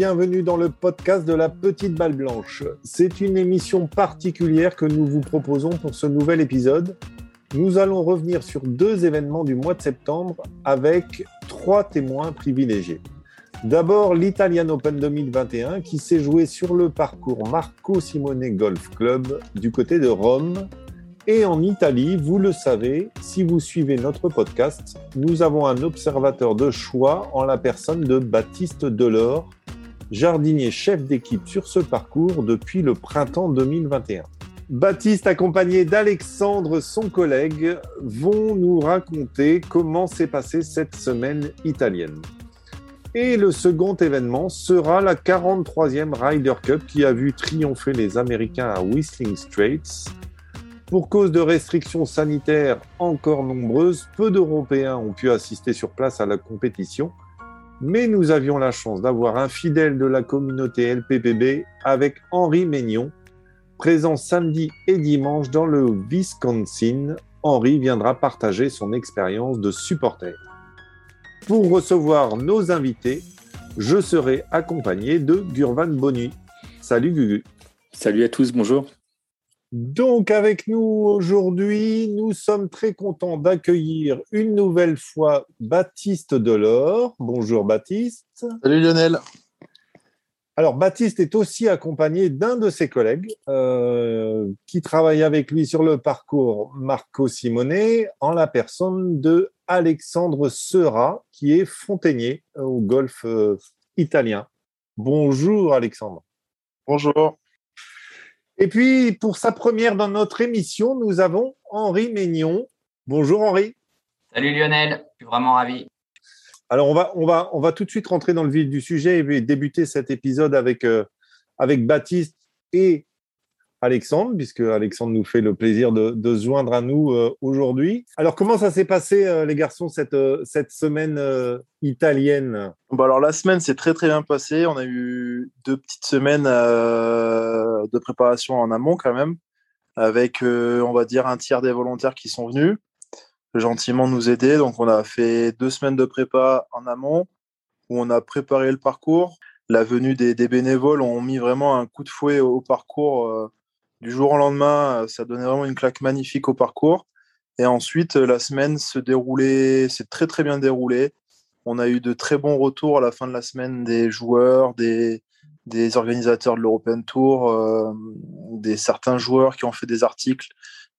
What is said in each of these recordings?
bienvenue dans le podcast de la Petite Balle Blanche. C'est une émission particulière que nous vous proposons pour ce nouvel épisode. Nous allons revenir sur 2 événements du mois de septembre avec 3 témoins privilégiés. D'abord, l'Italian Open 2021 qui s'est joué sur le parcours Marco Simone Golf Club du côté de Rome. Et en Italie, vous le savez, si vous suivez notre podcast, nous avons un observateur de choix en la personne de Baptiste Delors, jardinier chef d'équipe sur ce parcours depuis le printemps 2021. Baptiste, accompagné d'Alexandre, son collègue, vont nous raconter comment s'est passée cette semaine italienne. Et le second événement sera la 43e Ryder Cup qui a vu triompher les Américains à Whistling Straits. Pour cause de restrictions sanitaires encore nombreuses, peu d'Européens ont pu assister sur place à la compétition, mais nous avions la chance d'avoir un fidèle de la communauté LPPB avec Henri Maignon, présent samedi et dimanche dans le Wisconsin. Henri viendra partager son expérience de supporter. Pour recevoir nos invités, je serai accompagné de Gurvan Bonnuy. Salut Gugu. Salut à tous, bonjour. Donc avec nous aujourd'hui, nous sommes très contents d'accueillir une nouvelle fois Baptiste Delors. Bonjour Baptiste. Salut Lionel. Alors Baptiste est aussi accompagné d'un de ses collègues qui travaille avec lui sur le parcours Marco Simone en la personne de Alexandre Seurat qui est fontainier au golf italien. Bonjour Alexandre. Bonjour. Et puis, pour sa première dans notre émission, nous avons Henri Maignon. Bonjour Henri. Salut Lionel, je suis vraiment ravi. Alors, on va tout de suite rentrer dans le vif du sujet et débuter cet épisode avec Baptiste et Alexandre, puisque Alexandre nous fait le plaisir de se joindre à nous aujourd'hui. Alors, comment ça s'est passé, les garçons, cette semaine italienne ? Alors, la semaine s'est très, très bien passée. On a eu 2 petites semaines de préparation en amont quand même, avec, on va dire, un tiers des volontaires qui sont venus gentiment nous aider. Donc, on a fait 2 semaines de prépa en amont, où on a préparé le parcours. La venue des bénévoles ont mis vraiment un coup de fouet au parcours du jour au lendemain. Ça donnait vraiment une claque magnifique au parcours. Et ensuite, la semaine s'est très, très bien déroulée. On a eu de très bons retours à la fin de la semaine des joueurs, des organisateurs de l'European Tour, certains joueurs qui ont fait des articles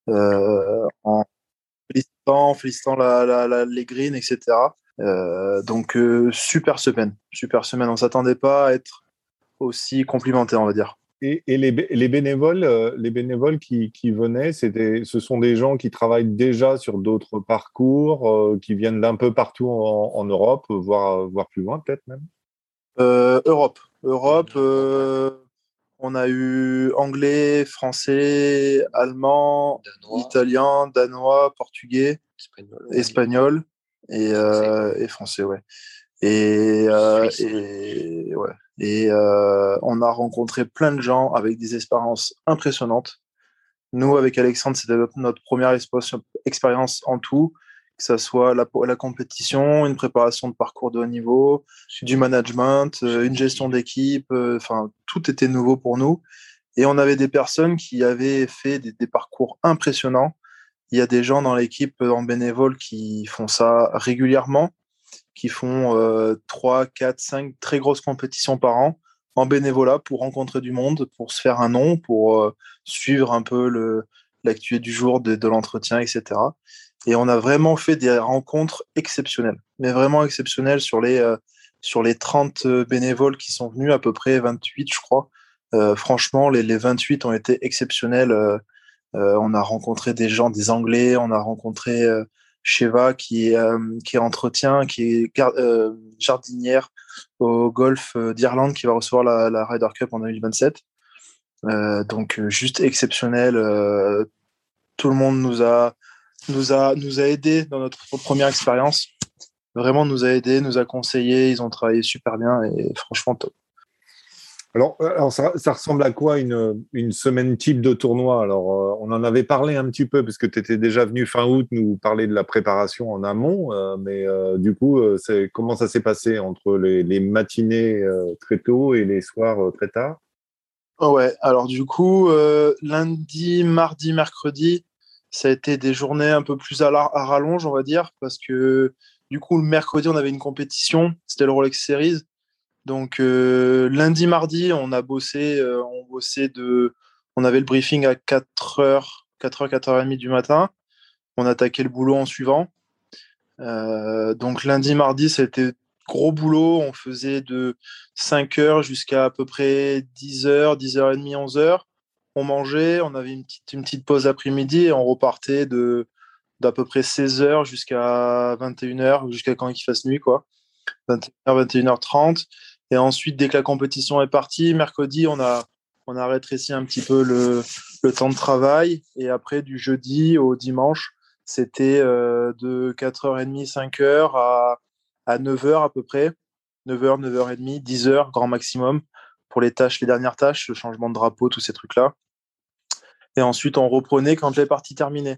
en félicitant les greens, etc. Donc, super semaine. On ne s'attendait pas à être aussi complimenté, on va dire. Et les bénévoles qui venaient, ce sont des gens qui travaillent déjà sur d'autres parcours, qui viennent d'un peu partout en Europe, voire plus loin peut-être même. Europe. On a eu anglais, français, allemand, italien, danois, portugais, espagnol et français, ouais. Et on a rencontré plein de gens avec des expériences impressionnantes. Nous, avec Alexandre, c'était notre première expérience en tout, que ce soit la compétition, une préparation de parcours de haut niveau, du management, une gestion d'équipe, tout était nouveau pour nous. Et on avait des personnes qui avaient fait des parcours impressionnants. Il y a des gens dans l'équipe, en bénévole, qui font ça régulièrement, qui font 3, 4, 5 très grosses compétitions par an en bénévolat pour rencontrer du monde, pour se faire un nom, pour suivre un peu l'actu du jour de l'entretien, etc. Et on a vraiment fait des rencontres exceptionnelles, mais vraiment exceptionnelles sur les 30 bénévoles qui sont venus, à peu près 28, je crois. Franchement, les 28 ont été exceptionnels. On a rencontré des gens, des Anglais, on a rencontré Sheva qui est entretien, qui est jardinière au golf d'Irlande, qui va recevoir la Ryder Cup en 2027. Donc juste exceptionnel. Tout le monde nous a aidés dans notre première expérience. Vraiment nous a aidés, nous a conseillés. Ils ont travaillé super bien et franchement top. Alors ça ressemble à quoi une semaine type de tournoi? Alors, on en avait parlé un petit peu, parce que tu étais déjà venu fin août nous parler de la préparation en amont, mais du coup, comment ça s'est passé entre les matinées très tôt et les soirs très tard? Ouais, alors du coup, lundi, mardi, mercredi, ça a été des journées un peu plus à rallonge, on va dire, parce que du coup, le mercredi, on avait une compétition, c'était le Rolex Series. Donc lundi, mardi, on avait le briefing à 4h, 4h30 du matin. On attaquait le boulot en suivant. Donc lundi, mardi, c'était gros boulot. On faisait de 5h jusqu'à à peu près 10h, 10h30, 11h. On mangeait, on avait une petite pause après-midi et on repartait d'à peu près 16h jusqu'à 21h, jusqu'à quand il fasse nuit, quoi. 21h, 21h30. Et ensuite, dès que la compétition est partie, mercredi, on a rétréci un petit peu le temps de travail. Et après, du jeudi au dimanche, c'était de 4h30, 5h à 9h à peu près. 9h, 9h30, 10h, grand maximum, pour les tâches, les dernières tâches, le changement de drapeau, tous ces trucs-là. Et ensuite, on reprenait quand les parties terminaient.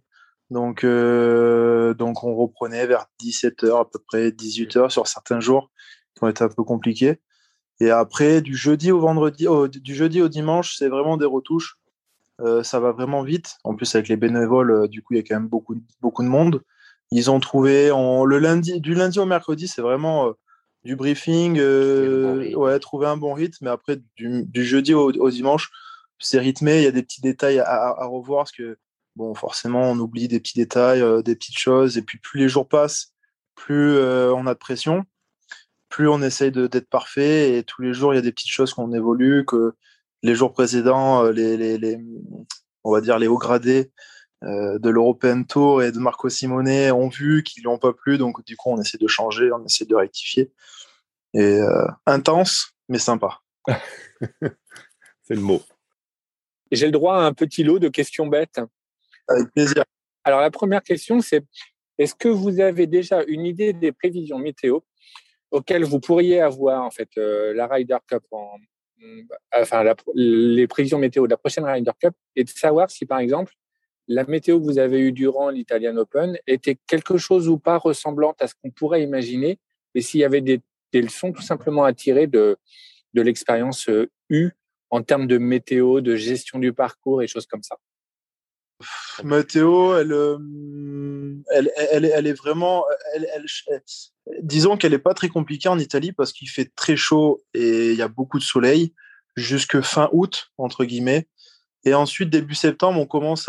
Donc on reprenait vers 17h à peu près, 18h sur certains jours qui ont été un peu compliqués. Et après, du jeudi au dimanche, c'est vraiment des retouches. Ça va vraiment vite. En plus, avec les bénévoles, du coup, il y a quand même beaucoup, beaucoup de monde. Ils ont trouvé du lundi au mercredi, c'est vraiment du briefing, ouais, trouver un bon rythme. Mais après, du jeudi au dimanche, c'est rythmé. Il y a des petits détails à revoir parce que, bon, forcément, on oublie des petits détails, des petites choses. Et puis, plus les jours passent, plus on a de pression, plus on essaye d'être parfait. Et tous les jours, il y a des petites choses qu'on évolue, que les jours précédents, on va dire les hauts gradés de l'European Tour et de Marco Simone ont vu, qu'ils lui ont pas plu. Donc, du coup, on essaie de changer, on essaie de rectifier. Et intense, mais sympa. C'est le mot. J'ai le droit à un petit lot de questions bêtes. Avec plaisir. Alors, la première question, c'est est-ce que vous avez déjà une idée des prévisions météo auxquelles vous pourriez avoir en fait la Ryder Cup, les prévisions météo de la prochaine Ryder Cup, et de savoir si, par exemple, la météo que vous avez eue durant l'Italian Open était quelque chose ou pas ressemblante à ce qu'on pourrait imaginer, et s'il y avait des leçons tout simplement à tirer de l'expérience eue en termes de météo, de gestion du parcours et choses comme ça. Météo, elle est vraiment, disons qu'elle n'est pas très compliquée en Italie parce qu'il fait très chaud et il y a beaucoup de soleil jusque fin août, entre guillemets. Et ensuite, début septembre, on commence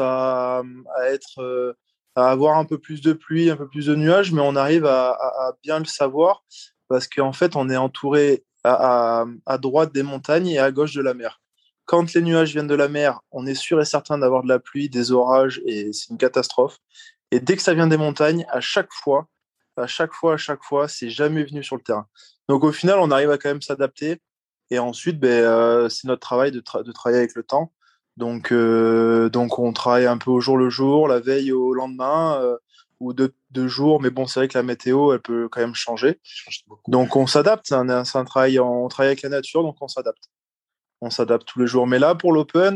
à avoir un peu plus de pluie, un peu plus de nuages, mais on arrive à bien le savoir parce qu'en fait, on est entouré à droite des montagnes et à gauche de la mer. Quand les nuages viennent de la mer, on est sûr et certain d'avoir de la pluie, des orages, et c'est une catastrophe. Et dès que ça vient des montagnes, à chaque fois, c'est jamais venu sur le terrain. Donc au final, on arrive à quand même s'adapter. Et ensuite, c'est notre travail de travailler avec le temps. Donc on travaille un peu au jour le jour, la veille au lendemain, ou deux jours. Mais bon, c'est vrai que la météo, elle peut quand même changer. Donc on s'adapte. C'est un travail, on travaille avec la nature, donc on s'adapte. On s'adapte tous les jours. Mais là, pour l'Open,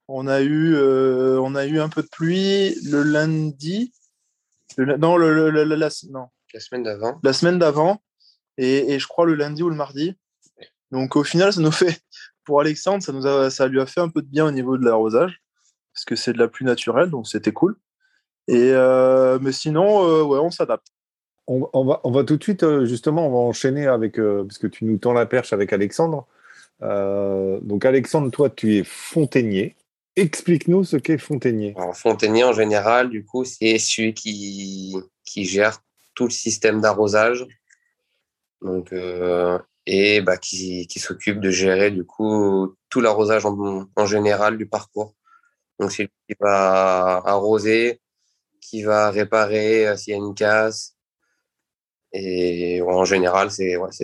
on a eu un peu de pluie le lundi. Non, non. La semaine d'avant. La semaine d'avant. Et je crois le lundi ou le mardi. Donc au final, ça nous fait, pour Alexandre, ça lui a fait un peu de bien au niveau de l'arrosage. Parce que c'est de la pluie naturelle, donc c'était cool. Mais sinon, ouais, on s'adapte. On va tout de suite, justement, on va enchaîner avec, parce que tu nous tends la perche avec Alexandre. Donc Alexandre, toi, tu es fontainier. Explique-nous ce qu'est fontainier. Alors, fontainier, en général, du coup, c'est celui qui gère tout le système d'arrosage. Donc, qui s'occupe de gérer, du coup, tout l'arrosage en général du parcours. Donc, c'est lui qui va arroser, qui va réparer s'il y a une casse. Et en général, c'est ça.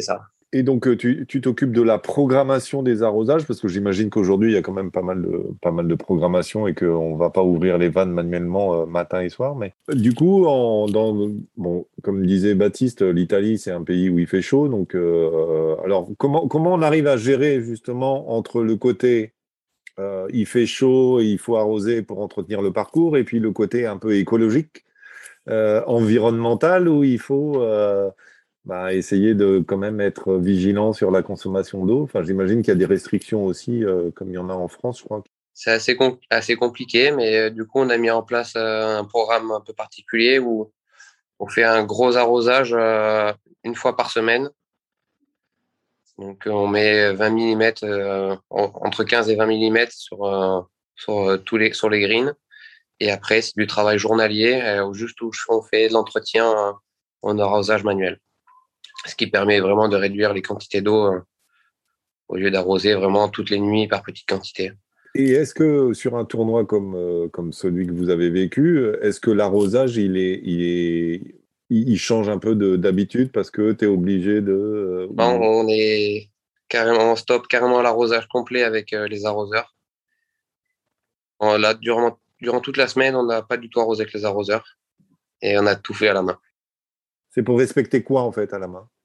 Et donc, tu t'occupes de la programmation des arrosages, parce que j'imagine qu'aujourd'hui, il y a quand même pas mal de programmation et qu'on ne va pas ouvrir les vannes manuellement matin et soir. Mais du coup, bon, comme disait Baptiste, l'Italie, c'est un pays où il fait chaud. Donc, alors, comment on arrive à gérer justement entre le côté il fait chaud et il faut arroser pour entretenir le parcours, et puis le côté un peu écologique, environnemental, où il faut essayer de quand même être vigilant sur la consommation d'eau. Enfin, j'imagine qu'il y a des restrictions aussi, comme il y en a en France, je crois. C'est assez compliqué, mais du coup, on a mis en place un programme un peu particulier où on fait un gros arrosage une fois par semaine. Donc, on met 20 mm, entre 15 et 20 mm sur les greens. Et après, c'est du travail journalier, juste où on fait de l'entretien en arrosage manuel. Ce qui permet vraiment de réduire les quantités d'eau au lieu d'arroser vraiment toutes les nuits par petites quantités. Et est-ce que sur un tournoi comme celui que vous avez vécu, est-ce que l'arrosage, il change un peu d'habitude parce que tu es obligé de... Non, on stoppe carrément l'arrosage complet avec les arroseurs. Là, durant toute la semaine, on n'a pas du tout arrosé avec les arroseurs et on a tout fait à la main. C'est pour respecter quoi en fait à la main?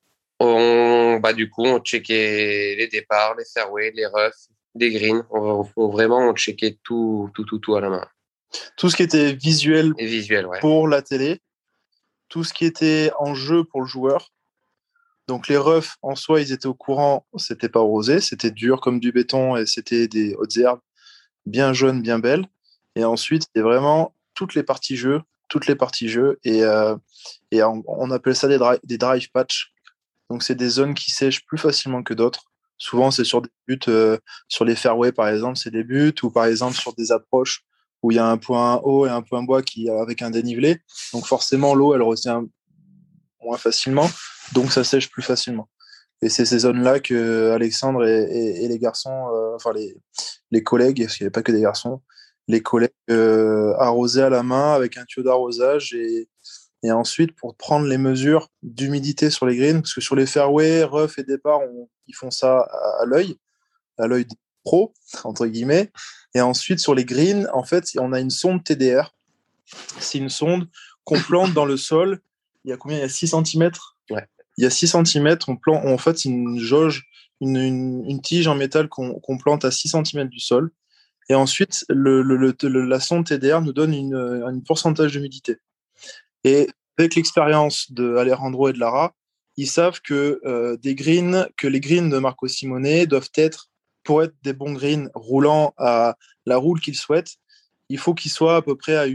Du coup, on checkait les départs, les fairways, les roughs, des greens. On checkait tout à la main. Tout ce qui était visuel, ouais. Pour la télé, tout ce qui était en jeu pour le joueur. Donc les roughs, en soi, ils étaient au courant, c'était pas arrosé, c'était dur comme du béton et c'était des hautes herbes bien jaunes, bien belles. Et ensuite, c'était vraiment toutes les parties jeu. Et on appelle ça des drive patch. Donc c'est des zones qui sèchent plus facilement que d'autres. Souvent, c'est sur des buts, sur les fairways par exemple, c'est des buts, ou par exemple sur des approches où il y a un point haut et un point bas avec un dénivelé. Donc forcément, l'eau, elle retient moins facilement, donc ça sèche plus facilement. Et c'est ces zones-là que Alexandre et les garçons, les collègues, parce qu'il n'y avait pas que des garçons, les collègues arrosaient à la main avec un tuyau d'arrosage et ensuite pour prendre les mesures d'humidité sur les greens, parce que sur les fairways, rough et départ, ils font ça à l'œil pro, entre guillemets. Et ensuite, sur les greens, en fait, on a une sonde TDR. C'est une sonde qu'on plante dans le sol. Il y a combien? Il y a 6 cm. Ouais. Il y a 6 cm. On plante, en fait, une jauge, une tige en métal qu'on plante à 6 cm du sol. Et ensuite, la sonde TDR nous donne un pourcentage d'humidité. Et avec l'expérience d'Alejandro et de Lara, ils savent que les greens de Marco Simone doivent être, pour être des bons greens roulant à la roule qu'ils souhaitent, il faut qu'ils soient à peu près à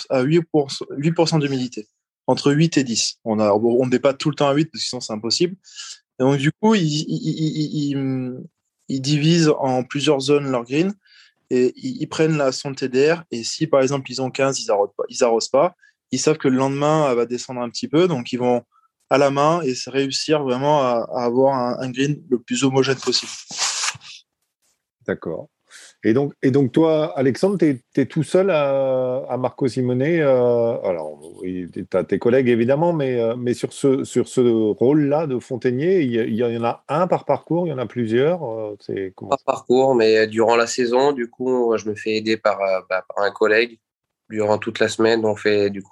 8% d'humidité, entre 8 et 10. On n'est pas tout le temps à 8 parce que sinon c'est impossible. Et donc du coup, ils divisent en plusieurs zones leurs greens et ils prennent la sonde TDR. Et si par exemple ils ont 15, ils arrosent pas. Ils savent que le lendemain, elle va descendre un petit peu, donc ils vont à la main et réussir vraiment à avoir un green le plus homogène possible. D'accord. Et donc toi, Alexandre, tu es tout seul à Marco Simone. Alors, oui, tu as tes collègues évidemment, mais sur ce rôle-là de fontainier, il y en a un par parcours, il y en a plusieurs. Par parcours, mais durant la saison, du coup, je me fais aider par un collègue. Durant toute la semaine, on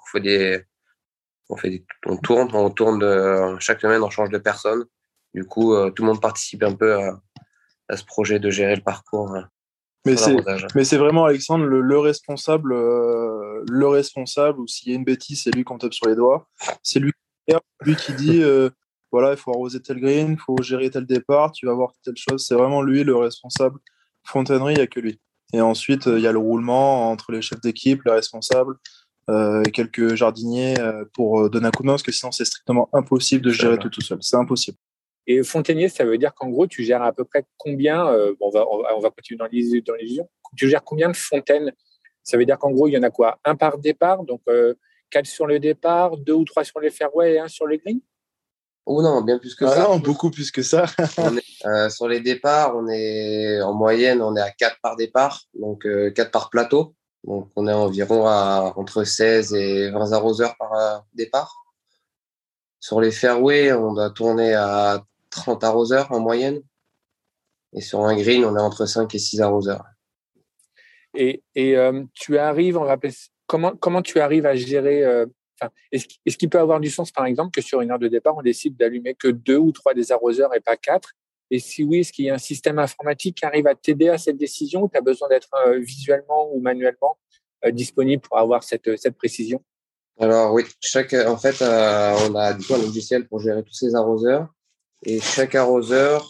tourne chaque semaine, on change de personne. Du coup, tout le monde participe un peu à ce projet de gérer le parcours. Mais c'est vraiment Alexandre le responsable, ou s'il y a une bêtise, c'est lui qu'on tape sur les doigts. C'est lui qui dit voilà, il faut arroser tel green, il faut gérer tel départ, tu vas voir telle chose. C'est vraiment lui le responsable. Fontainerie, il n'y a que lui. Et ensuite, il y a le roulement entre les chefs d'équipe, les responsables et quelques jardiniers pour donner un coup de main, parce que sinon, c'est strictement impossible de gérer tout seul. C'est impossible. Et fontainier, ça veut dire qu'en gros, tu gères à peu près combien on va continuer dans les visions. Tu gères combien de fontaines? Ça veut dire qu'en gros, il y en a quoi? Un par départ, donc 4 sur le départ, 2 ou 3 sur les fairways et 1 sur les greens? Oh non, bien plus que ça. Non, beaucoup plus que ça. Sur les départs, en moyenne, on est à 4 par départ, donc 4 par plateau. Donc on est environ à entre 16 et 20 arroseurs par départ. Sur les fairways, on doit tourner à 30 arroseurs en moyenne. Et sur un green, on est entre 5 et 6 arroseurs. Et tu arrives, comment tu arrives à gérer est-ce qu'il peut avoir du sens, par exemple, que sur une heure de départ, on décide d'allumer que 2 ou 3 des arroseurs et pas 4? Et si oui, est-ce qu'il y a un système informatique qui arrive à t'aider à cette décision ou tu as besoin d'être visuellement ou manuellement disponible pour avoir cette précision? Alors oui, en fait, on a du coup un logiciel pour gérer tous ces arroseurs. Et chaque arroseur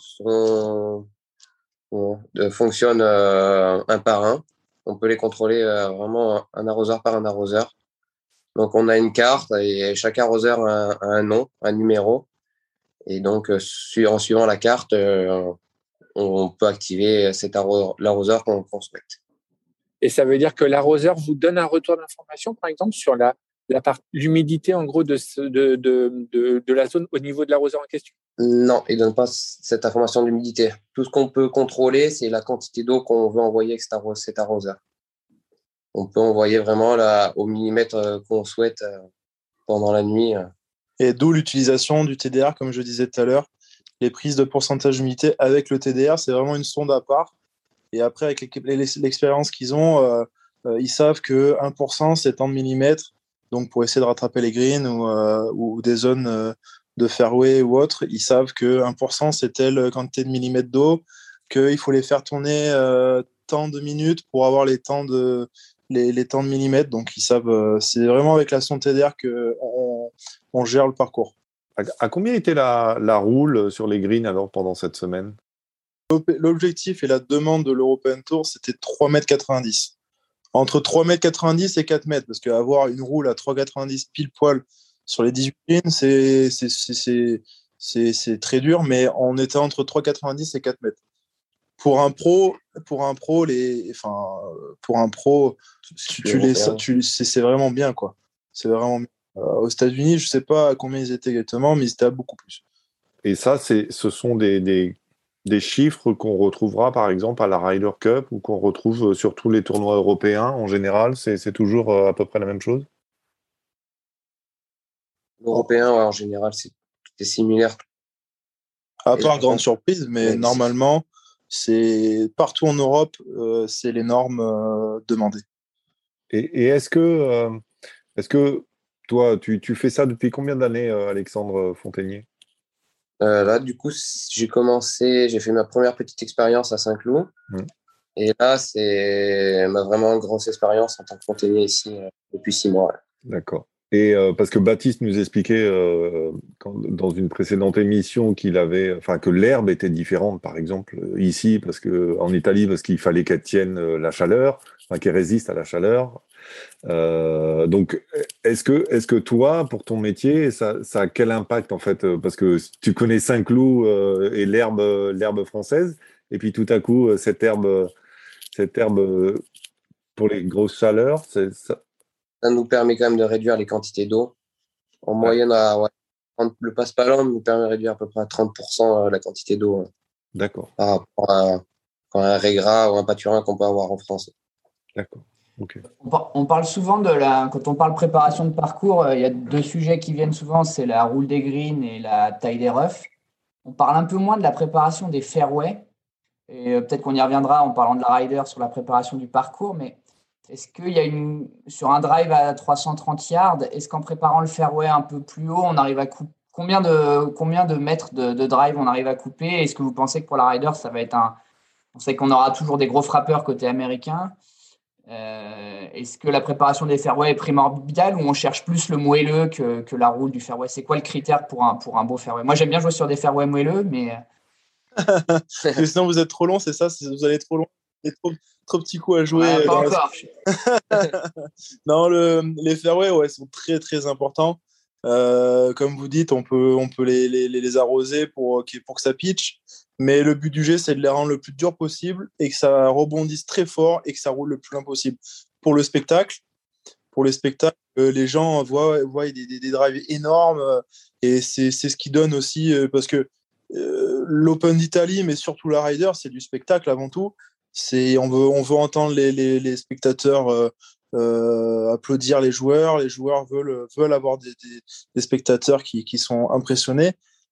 fonctionne un par un. On peut les contrôler vraiment un arroseur par un arroseur. Donc, on a une carte et chaque arroseur a un nom, un numéro. Et donc, en suivant la carte, on peut activer l'arroseur qu'on souhaite. Et ça veut dire que l'arroseur vous donne un retour d'information, par exemple, sur l'humidité, en gros, de la zone au niveau de l'arroseur en question? Non, il ne donne pas cette information d'humidité. Tout ce qu'on peut contrôler, c'est la quantité d'eau qu'on veut envoyer avec cet arroseur. On peut envoyer vraiment au millimètre qu'on souhaite pendant la nuit. Et d'où l'utilisation du TDR, comme je disais tout à l'heure. Les prises de pourcentage d'humidité avec le TDR, c'est vraiment une sonde à part. Et après, avec l'expérience qu'ils ont, ils savent que 1%, c'est tant de millimètres. Donc, pour essayer de rattraper les greens ou des zones de fairway ou autre, ils savent que 1%, c'est telle quantité de millimètres d'eau, qu'il faut les faire tourner tant de minutes pour avoir les temps de millimètres. Donc, ils savent, c'est vraiment avec la sonde TDR qu'on gère le parcours. À combien était la roule sur les greens alors pendant cette semaine? L'objectif et la demande de l'European Tour, c'était 3,90 m. Entre 3,90 m et 4 mètres, parce qu'avoir une roule à 3,90 pile poil sur les 18 greens, c'est très dur, mais on était entre 3,90 et 4 mètres. Pour un pro, c'est vraiment bien, quoi. C'est vraiment bien. Aux États-Unis, je ne sais pas à combien ils étaient exactement, mais ils étaient à beaucoup plus. Et ça, ce sont des chiffres qu'on retrouvera par exemple à la Ryder Cup ou qu'on retrouve sur tous les tournois européens en général, c'est toujours à peu près la même chose? L'européen, en général, c'est similaire. À part grande surprise, mais normalement, c'est partout en Europe, c'est les normes demandées. Et est-ce que toi, tu fais ça depuis combien d'années, Alexandre Fontainier? Là, du coup, j'ai fait ma première petite expérience à Saint-Cloud. Et là, c'est ma vraiment grosse expérience en tant que fontainier ici depuis 6 mois. D'accord. Et parce que Baptiste nous expliquait dans une précédente émission que l'herbe était différente, par exemple, ici, en Italie, parce qu'il fallait qu'elle tienne la chaleur, qu'elle résiste à la chaleur. Donc, est-ce que toi, pour ton métier, ça a quel impact en fait? Parce que tu connais Saint-Cloud et l'herbe française, et puis tout à coup, cette herbe pour les grosses chaleurs, Ça nous permet quand même de réduire les quantités d'eau. En moyenne, le passe-palan nous permet de réduire à peu près à 30% la quantité d'eau. D'accord. Par rapport à un régras ou un pâturin qu'on peut avoir en France. D'accord. Okay. On parle souvent quand on parle préparation de parcours, il y a 2 sujets qui viennent souvent, c'est la roule des greens et la taille des roughs. On parle un peu moins de la préparation des fairways. Et peut-être qu'on y reviendra en parlant de la Ryder sur la préparation du parcours, mais est-ce qu'il y a sur un drive à 330 yards, est-ce qu'en préparant le fairway un peu plus haut, on arrive à couper combien de mètres de drive on arrive à couper? Est-ce que vous pensez que pour la Ryder, ça va être on sait qu'on aura toujours des gros frappeurs côté américain. Est-ce que la préparation des fairways est primordiale ou on cherche plus le moelleux que la roule du fairway? C'est quoi le critère pour un beau fairway? Moi, j'aime bien jouer sur des fairways moelleux, mais... Sinon, vous êtes trop long, c'est ça? Vous allez trop long. Et trop petits coups à jouer. Pas encore. Non, les fairways, sont très, très importants. Comme vous dites, on peut les arroser pour que ça pitch. Mais le but du jeu, c'est de les rendre le plus dur possible et que ça rebondisse très fort et que ça roule le plus loin possible. Pour les spectacles, les gens voient des drives énormes et c'est ce qui donne aussi, parce que l'Open d'Italie, mais surtout la Ryder, c'est du spectacle avant tout. On veut entendre les spectateurs applaudir les joueurs. Les joueurs veulent avoir des spectateurs qui sont impressionnés.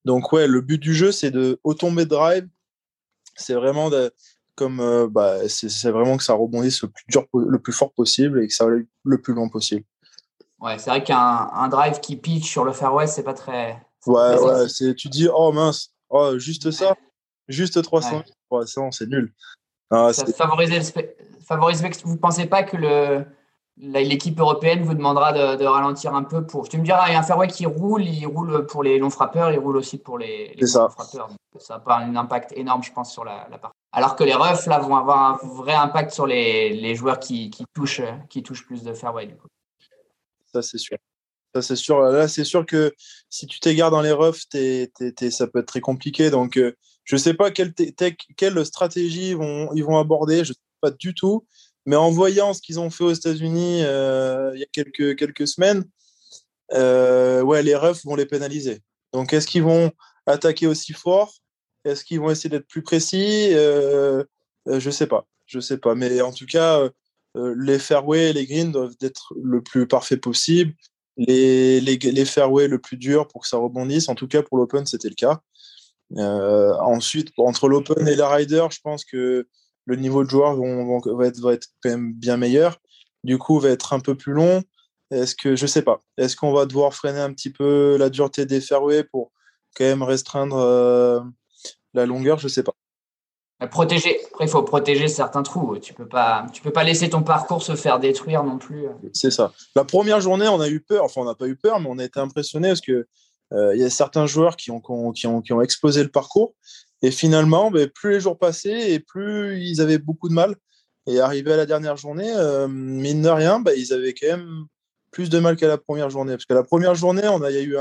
Donc, ouais, le but du jeu, c'est de, au tombé de drive, c'est vraiment c'est vraiment que ça rebondisse le plus fort possible et que ça aille le plus loin possible. Ouais, c'est vrai qu'un drive qui pitch sur le fairway, c'est pas très. Tu dis, oh mince, juste ça, juste 300 mètres, c'est nul. Ça favorise. Vous ne pensez pas que l'équipe européenne vous demandera de ralentir un peu pour. Tu me diras, il y a un fairway qui roule, il roule pour les longs frappeurs, il roule aussi pour les longs frappeurs. Donc, ça n'a pas un impact énorme, je pense, sur la partie. Alors que les roughs, là, vont avoir un vrai impact sur les joueurs qui touchent plus de fairway, du coup. Ça, c'est sûr. Là, c'est sûr que si tu t'égares dans les roughs, ça peut être très compliqué. Donc, je ne sais pas quelle stratégie ils vont aborder. Je ne sais pas du tout. Mais en voyant ce qu'ils ont fait aux États-Unis il y a quelques semaines, les refs vont les pénaliser. Donc, est-ce qu'ils vont attaquer aussi fort? Est-ce qu'ils vont essayer d'être plus précis? Je sais pas. Mais en tout cas, les fairways et les greens doivent être le plus parfait possible. Les fairways le plus dur pour que ça rebondisse. En tout cas, pour l'Open, c'était le cas. Ensuite, entre l'Open et la Ryder, je pense que le niveau de joueurs va être quand même bien meilleur. Du coup, va être un peu plus long. Je sais pas. Est-ce qu'on va devoir freiner un petit peu la dureté des fairways pour quand même restreindre la longueur? Je sais pas. Après, il faut protéger certains trous. Tu peux pas laisser ton parcours se faire détruire non plus. C'est ça. La première journée, on a eu peur. Enfin, on n'a pas eu peur, mais on a été impressionnés parce que il y a certains joueurs qui ont explosé le parcours. Et finalement, plus les jours passaient et plus ils avaient beaucoup de mal. Et arrivé à la dernière journée, mine de rien, ils avaient quand même plus de mal qu'à la première journée. Parce que la première journée, on a eu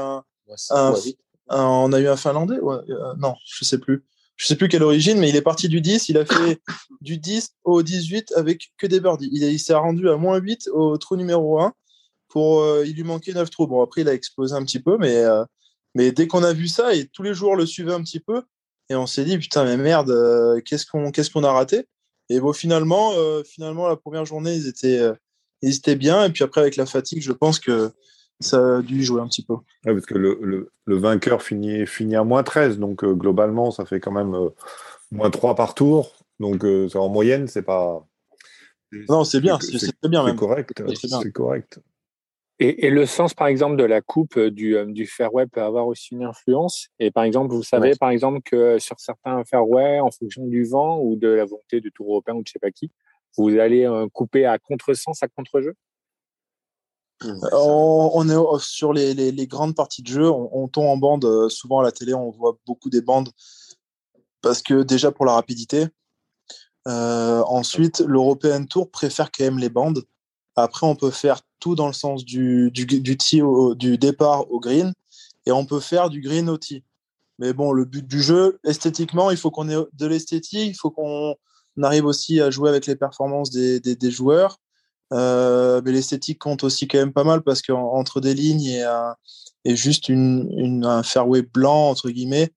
un Finlandais. Non, je sais plus. Je sais plus quelle origine, mais il est parti du 10. Il a fait du 10 au 18 avec que des birdies. Il s'est rendu à moins 8 au trou numéro 1. Il lui manquait 9 trous. Bon, après, il a explosé un petit peu, mais dès qu'on a vu ça, et tous les jours le suivaient un petit peu, et on s'est dit, putain, mais merde, qu'est-ce qu'on a raté? Et bon, finalement, la première journée, ils étaient bien. Et puis après, avec la fatigue, je pense que ça a dû jouer un petit peu. Ouais, parce que le vainqueur finit à moins 13. Donc, globalement, ça fait quand même moins 3 par tour. Donc, en moyenne, c'est pas. Non, c'est bien. C'est très bien, c'est même. Correct. C'est correct. Et le sens, par exemple, de la coupe du fairway peut avoir aussi une influence. Et par exemple, vous savez, par exemple, que sur certains fairways, en fonction du vent ou de la volonté du Tour européen ou de je sais pas qui, vous allez couper à contresens, à contre-jeu. On est sur les grandes parties de jeu, on tombe en bande. Souvent à la télé, on voit beaucoup des bandes parce que déjà pour la rapidité. Ensuite, l'European Tour préfère quand même les bandes. Après, on peut faire tout dans le sens du départ au green et on peut faire du green au tee. Mais bon, le but du jeu, esthétiquement, il faut qu'on ait de l'esthétique, il faut qu'on arrive aussi à jouer avec les performances des joueurs. Mais l'esthétique compte aussi quand même pas mal parce qu'entre des lignes et juste un fairway blanc, entre guillemets,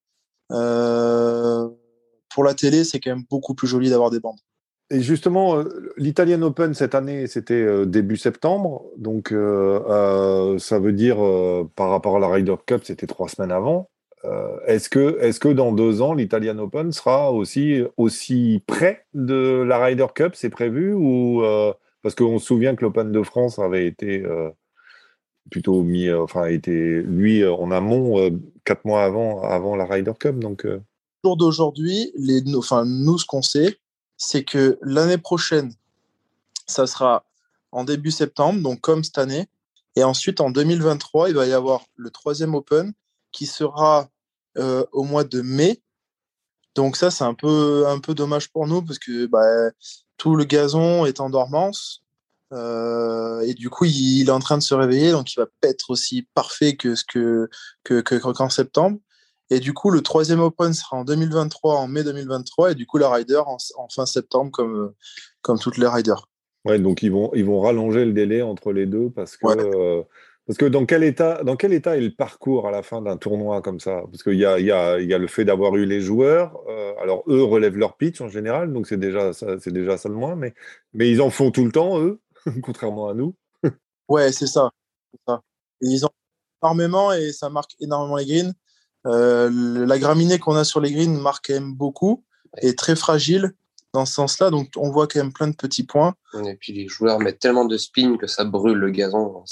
pour la télé, c'est quand même beaucoup plus joli d'avoir des bandes. Et justement, l'Italian Open cette année, c'était début septembre. Donc, ça veut dire, par rapport à la Ryder Cup, c'était 3 semaines avant. Est-ce que dans 2 ans, l'Italian Open sera aussi près de la Ryder Cup, c'est prévu ou parce qu'on se souvient que l'Open de France avait été plutôt été lui en amont 4 mois avant la Ryder Cup. Donc, au jour d'aujourd'hui, nous, ce qu'on sait, c'est que l'année prochaine, ça sera en début septembre, donc comme cette année. Et ensuite, en 2023, il va y avoir le 3e Open qui sera au mois de mai. Donc ça, c'est un peu dommage pour nous parce que tout le gazon est en dormance. Et du coup, il est en train de se réveiller, donc il va pas être aussi parfait qu'en septembre. Et du coup, le 3e Open sera en 2023, en mai 2023, et du coup, la Ryder en fin septembre, comme toutes les Riders. Ouais, donc ils vont rallonger le délai entre les deux parce que dans quel état est le parcours à la fin d'un tournoi comme ça? Parce qu'il y a le fait d'avoir eu les joueurs. Alors eux relèvent leur pitch en général, donc c'est déjà ça de moins. Mais ils en font tout le temps eux, contrairement à nous. Ouais, c'est ça. Et ils en font énormément et ça marque énormément les greens. La graminée qu'on a sur les greens marque quand même beaucoup, est très fragile dans ce sens-là, donc on voit quand même plein de petits points. Et puis les joueurs mettent tellement de spin que ça brûle le gazon.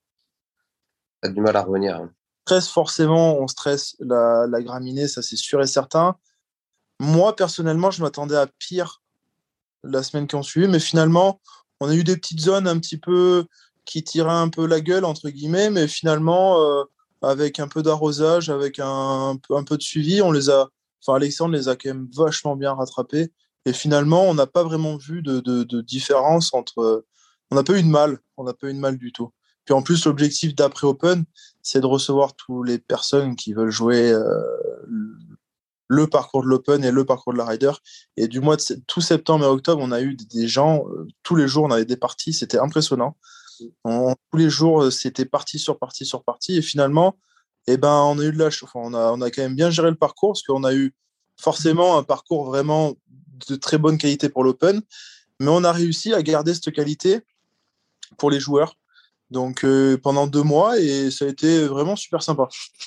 Ça a du mal à revenir. Forcément, on stresse la graminée, ça c'est sûr et certain. Moi, personnellement, je m'attendais à pire la semaine qui a suivi, mais finalement, on a eu des petites zones un petit peu qui tiraient un peu la gueule, entre guillemets, mais finalement, avec un peu d'arrosage, avec un peu de suivi, Alexandre les a quand même vachement bien rattrapés. Et finalement, on n'a pas vraiment vu de différence entre. On n'a pas eu de mal. On n'a pas eu de mal du tout. Puis en plus, l'objectif d'après Open, c'est de recevoir toutes les personnes qui veulent jouer le parcours de l'Open et le parcours de la Ryder. Et du mois de tout septembre et octobre, on a eu des gens, tous les jours, on avait des parties, c'était impressionnant. Tous les jours, c'était partie sur partie sur partie. Et finalement, on a eu de la chance. On a quand même bien géré le parcours parce qu'on a eu forcément un parcours vraiment de très bonne qualité pour l'Open. Mais on a réussi à garder cette qualité pour les joueurs. Donc pendant 2 mois, et ça a été vraiment super sympa.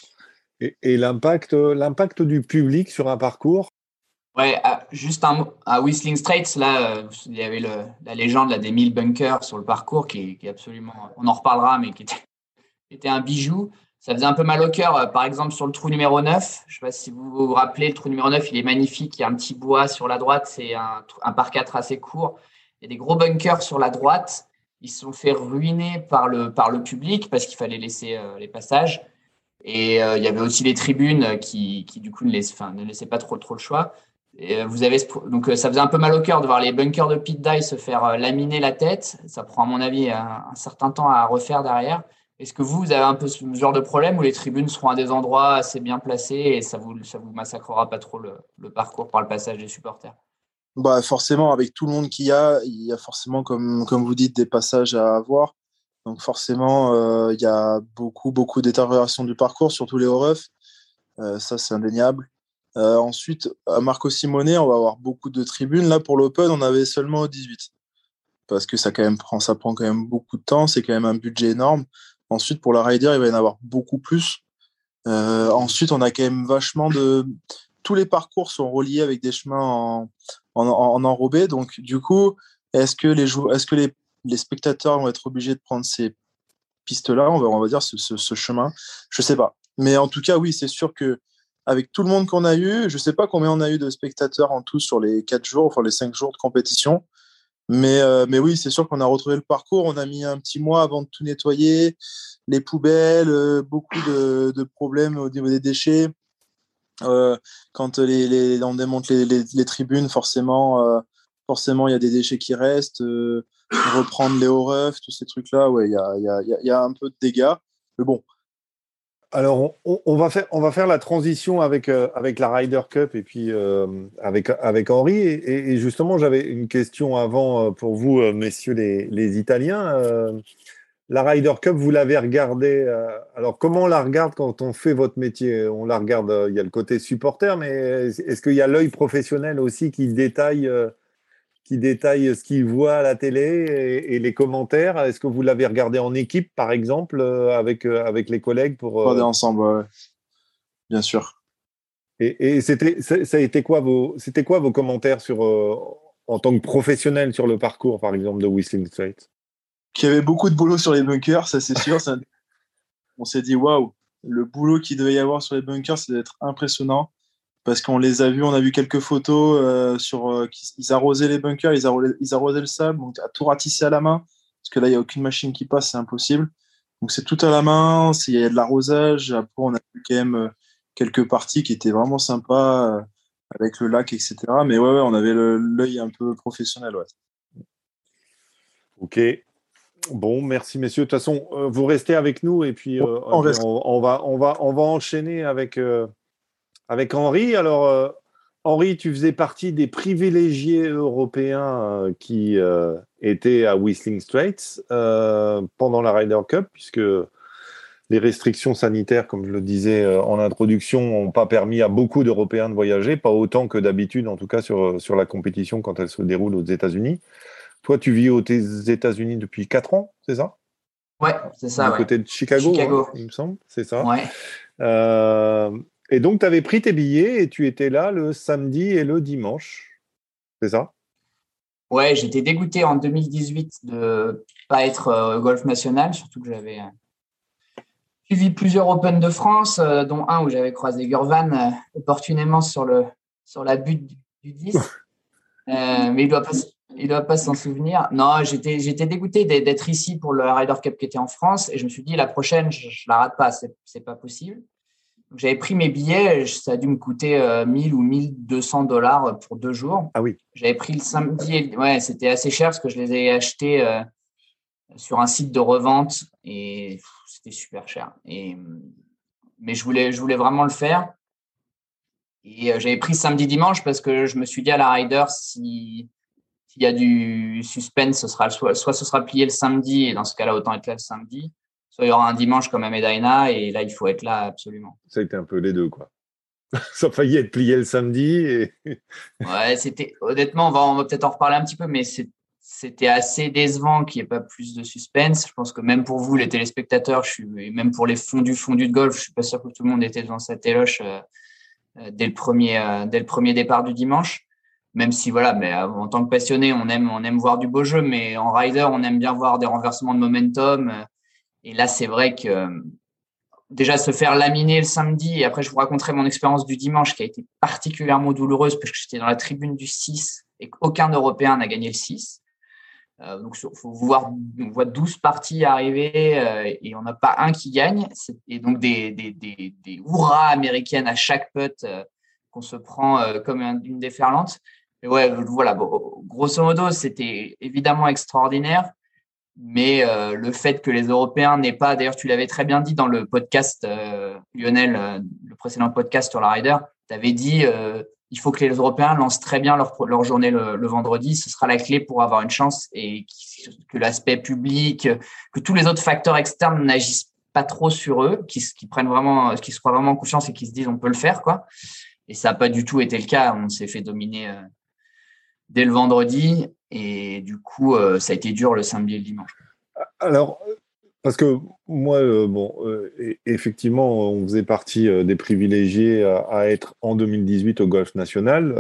Et l'impact du public sur un parcours? Ouais, juste un mot. À Whistling Straits, là, il y avait la légende là, des 1000 bunkers sur le parcours qui est absolument, on en reparlera, mais qui était un bijou. Ça faisait un peu mal au cœur. Par exemple, sur le trou numéro 9, je ne sais pas si vous vous rappelez, le trou numéro 9, il est magnifique. Il y a un petit bois sur la droite. C'est un par 4 assez court. Il y a des gros bunkers sur la droite. Ils se sont fait ruiner par le public parce qu'il fallait laisser les passages. Et il y avait aussi les tribunes qui du coup ne laissaient pas trop le choix. Et donc ça faisait un peu mal au cœur de voir les bunkers de Pete Dye se faire laminer la tête. Ça prend à mon avis un certain temps à refaire derrière. Est-ce que vous avez un peu ce genre de problème où les tribunes seront à des endroits assez bien placés et ça vous massacrera pas trop le parcours par le passage des supporters? Forcément, avec tout le monde qu'il il y a forcément, comme vous dites, des passages à avoir. Donc forcément, il y a beaucoup de détérioration du parcours, surtout les hauts roughs. Ça, c'est indéniable. Ensuite, à Marco Simone, on va avoir beaucoup de tribunes. Là, pour l'Open, on avait seulement 18. Parce que ça prend quand même beaucoup de temps. C'est quand même un budget énorme. Ensuite, pour la Ryder, il va y en avoir beaucoup plus. Ensuite, on a quand même vachement de... Tous les parcours sont reliés avec des chemins en enrobé. Donc, du coup, est-ce que les spectateurs vont être obligés de prendre ces pistes-là, on va dire ce chemin? Je sais pas. Mais en tout cas, oui, c'est sûr que avec tout le monde qu'on a eu, je sais pas combien on a eu de spectateurs en tout sur les 4 jours, enfin les 5 jours de compétition. Mais oui, c'est sûr qu'on a retrouvé le parcours. On a mis un petit mois avant de tout nettoyer, les poubelles, beaucoup de problèmes au niveau des déchets. Quand on démonte les tribunes, forcément, il y a des déchets qui restent. Reprendre les hauts roughs, tous ces trucs-là, ouais, il y a un peu de dégâts. Mais bon. Alors, on va faire la transition avec la Ryder Cup et puis avec Henri. Et justement, j'avais une question avant pour vous, messieurs les Italiens. La Ryder Cup, vous l'avez regardée. Alors, comment on la regarde quand on fait votre métier? On la regarde, il y a le côté supporter, mais est-ce qu'il y a l'œil professionnel aussi qui détaille ce qu'il voit à la télé et les commentaires? Est-ce que vous l'avez regardé en équipe, par exemple, avec les collègues pour regarder ensemble, ouais. Bien sûr. Et ça a été quoi c'était quoi vos commentaires en tant que professionnel sur le parcours, par exemple, de Whistling Straits? Qu'il y avait beaucoup de boulot sur les bunkers, ça c'est sûr. On s'est dit, waouh, le boulot qu'il devait y avoir sur les bunkers, ça devait être impressionnant. Parce qu'on les a vus, on a vu quelques photos ils arrosaient les bunkers, ils arrosaient le sable, donc à tout ratisser à la main, parce que là, il n'y a aucune machine qui passe, c'est impossible. Donc c'est tout à la main, il y a de l'arrosage. Après, on a vu quand même quelques parties qui étaient vraiment sympas, avec le lac, etc. Mais ouais, on avait l'œil un peu professionnel, ouais. Ok. Bon, merci messieurs. De toute façon, vous restez avec nous et puis on va enchaîner avec Henri. Alors, Henri, tu faisais partie des privilégiés européens qui étaient à Whistling Straits pendant la Ryder Cup, puisque les restrictions sanitaires, comme je le disais en introduction, n'ont pas permis à beaucoup d'Européens de voyager, pas autant que d'habitude, en tout cas sur la compétition quand elle se déroule aux États-Unis. Toi, tu vis aux États-Unis depuis 4 ans, c'est ça? Ouais, c'est ça. Du côté de Chicago. Il me semble, c'est ça. Ouais. Et donc, tu avais pris tes billets et tu étais là le samedi et le dimanche. C'est ça? Ouais, j'étais dégoûté en 2018 de pas être au Golf National, surtout que j'avais suivi plusieurs Open de France, dont un où j'avais croisé Gurvan opportunément sur la butte du 10. Mais il doit pas s'en souvenir. Non, j'étais dégoûté d'être ici pour le Ryder Cup qui était en France et je me suis dit la prochaine, je la rate pas, c'est pas possible. Donc, j'avais pris mes billets, ça a dû me coûter 1000 ou 1200 $ pour 2 jours. Ah oui. J'avais pris le samedi, ouais, c'était assez cher parce que je les ai achetés sur un site de revente et c'était super cher. Mais je voulais vraiment le faire. Et j'avais pris samedi dimanche parce que je me suis dit à la Ryder, s'il y a du suspense, soit ce sera plié le samedi et dans ce cas-là, autant être là le samedi. Soit il y aura un dimanche comme à Medina et là, il faut être là absolument. Ça a été un peu les deux, quoi. Ça a failli être plié le samedi. Et... Ouais, honnêtement, on va peut-être en reparler un petit peu, mais c'était assez décevant qu'il n'y ait pas plus de suspense. Je pense que même pour vous, les téléspectateurs, même pour les fondus de golf, je suis pas sûr que tout le monde était devant sa téloche dès le premier départ du dimanche. Même si, voilà, mais en tant que passionné, on aime voir du beau jeu, mais en rider, on aime bien voir des renversements de momentum. Et là, c'est vrai que déjà se faire laminer le samedi, et après, je vous raconterai mon expérience du dimanche qui a été particulièrement douloureuse parce que j'étais dans la tribune du 6 et qu'aucun Européen n'a gagné le 6. Donc, on voit 12 parties arriver et on n'a pas un qui gagne. Et donc, des hurrahs américaines à chaque putt qu'on se prend comme une déferlante. Et ouais, voilà, bon, grosso modo, c'était évidemment extraordinaire. Mais le fait que les Européens n'aient pas, d'ailleurs, tu l'avais très bien dit dans le podcast, Lionel, le précédent podcast sur la Ryder, tu avais dit il faut que les Européens lancent très bien leur journée le vendredi. Ce sera la clé pour avoir une chance et que l'aspect public, que tous les autres facteurs externes n'agissent pas trop sur eux, qui se croient vraiment en confiance et qui se disent on peut le faire, quoi. Et ça n'a pas du tout été le cas. On s'est fait dominer dès le vendredi et du coup, ça a été dur le samedi et le dimanche. Alors, parce que moi, effectivement, on faisait partie des privilégiés à être en 2018 au Golf National.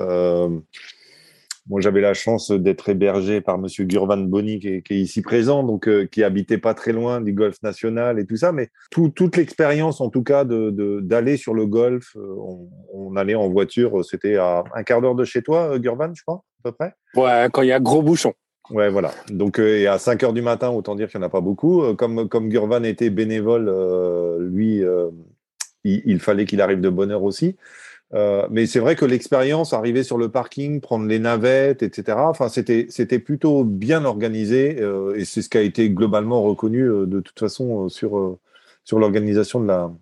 Moi, j'avais la chance d'être hébergé par Monsieur Gurvan Boni, qui est ici présent, donc qui habitait pas très loin du Golf National et tout ça. Mais toute l'expérience, en tout cas, d'aller sur le golf, on allait en voiture. C'était à un quart d'heure de chez toi, Gurvan, je crois, à peu près. Ouais, quand il y a gros bouchon. Ouais, voilà. Donc, et à 5 heures du matin, autant dire qu'il n'y en a pas beaucoup. Comme Gurvan était bénévole, lui, il fallait qu'il arrive de bonne heure aussi. Mais c'est vrai que l'expérience, arriver sur le parking, prendre les navettes, etc., enfin, c'était plutôt bien organisé et c'est ce qui a été globalement reconnu de toute façon sur l'organisation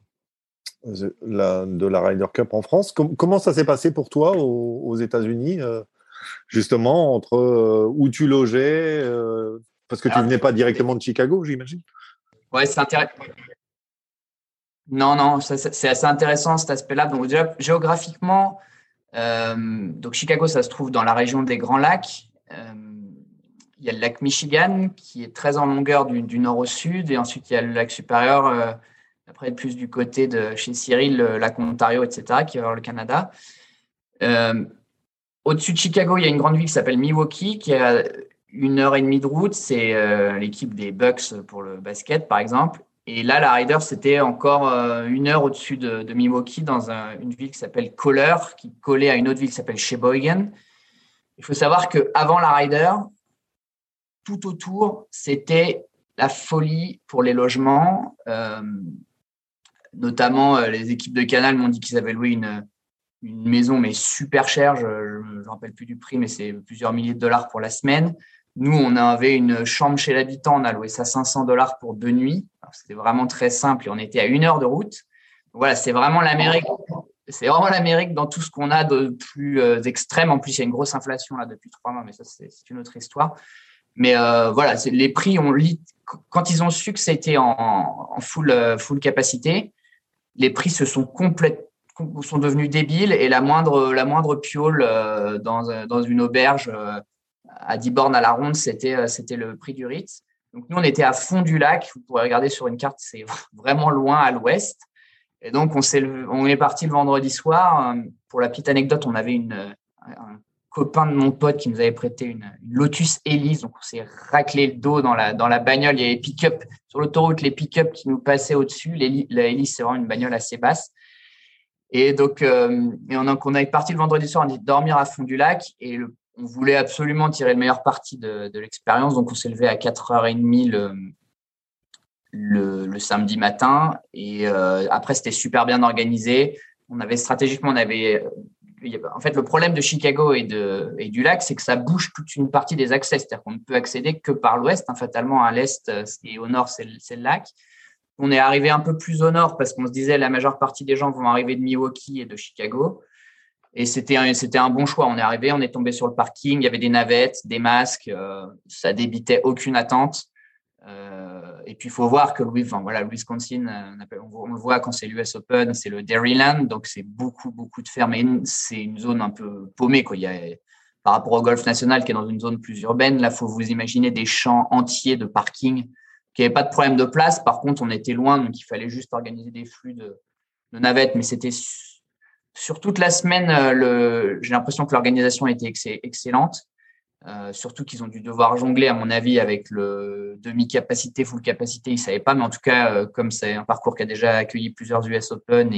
de la Ryder Cup en France. Comment ça s'est passé pour toi aux États-Unis justement, entre où tu logeais, parce que tu venais pas directement de Chicago, j'imagine. Ouais, c'est intéressant. Non, c'est assez intéressant cet aspect-là. Donc déjà, géographiquement, donc Chicago, ça se trouve dans la région des Grands Lacs. Il y a le lac Michigan qui est très en longueur du nord au sud, et ensuite il y a le lac supérieur, après plus du côté de chez Cyril, le lac Ontario, etc., qui va vers le Canada. Au-dessus de Chicago, il y a une grande ville qui s'appelle Milwaukee, qui a 1h30 de route. C'est l'équipe des Bucks pour le basket, par exemple. Et là, la Ryder, c'était encore 1 heure au-dessus de Milwaukee, dans une ville qui s'appelle Kohler, qui collait à une autre ville qui s'appelle Sheboygan. Il faut savoir qu'avant la Ryder, tout autour, c'était la folie pour les logements. Notamment, les équipes de Canal m'ont dit qu'ils avaient loué une maison, mais super chère. Je ne me rappelle plus du prix, mais c'est plusieurs milliers de dollars pour la semaine. Nous, on avait une chambre chez l'habitant, on a loué ça $500 pour 2 nuits. Alors, c'était vraiment très simple et on était à 1 heure de route. Donc, voilà, c'est vraiment l'Amérique. C'est vraiment l'Amérique dans tout ce qu'on a de plus extrême. En plus, il y a une grosse inflation là depuis 3 mois, mais ça, c'est une autre histoire. Mais voilà, les prix, quand ils ont su que c'était en full capacité, les prix sont devenus débiles et la moindre piole dans une auberge à 10 bornes à la ronde, c'était le prix du Ritz. Donc, nous, on était à fond du lac. Vous pourrez regarder sur une carte, c'est vraiment loin à l'ouest. Et donc, on est parti le vendredi soir. Pour la petite anecdote, on avait un copain de mon pote qui nous avait prêté une Lotus Elise. Donc, on s'est raclé le dos dans la bagnole. Il y avait pick-up sur l'autoroute, les pick-up qui nous passaient au-dessus. La Elise, c'est vraiment une bagnole assez basse. Et donc, on est parti le vendredi soir, on est dormir à fond du lac et on voulait absolument tirer le meilleur parti de l'expérience. Donc, on s'est levé à 4h30 le samedi matin. Et après, c'était super bien organisé. En fait, le problème de Chicago et du lac, c'est que ça bouge toute une partie des accès. C'est-à-dire qu'on ne peut accéder que par l'ouest. Fatalement, à l'est et au nord, c'est le lac. On est arrivé un peu plus au nord parce qu'on se disait la majeure partie des gens vont arriver de Milwaukee et de Chicago. Et c'était un bon choix. On est arrivé, on est tombé sur le parking, il y avait des navettes, des masques, ça débitait aucune attente. Et puis, il faut voir que le Wisconsin, on le voit quand c'est l'US Open, c'est le Dairyland, donc c'est beaucoup, beaucoup de fermes. Et c'est une zone un peu paumée, quoi. Par rapport au Golf National qui est dans une zone plus urbaine, là, il faut vous imaginer des champs entiers de parking qui n'avait pas de problème de place. Par contre, on était loin, donc il fallait juste organiser des flux de navettes. Mais c'était sur toute la semaine, j'ai l'impression que l'organisation était excellente. Surtout qu'ils ont dû devoir jongler, à mon avis, avec le demi-capacité, full capacité. Ils ne savaient pas, mais en tout cas, comme c'est un parcours qui a déjà accueilli plusieurs US Open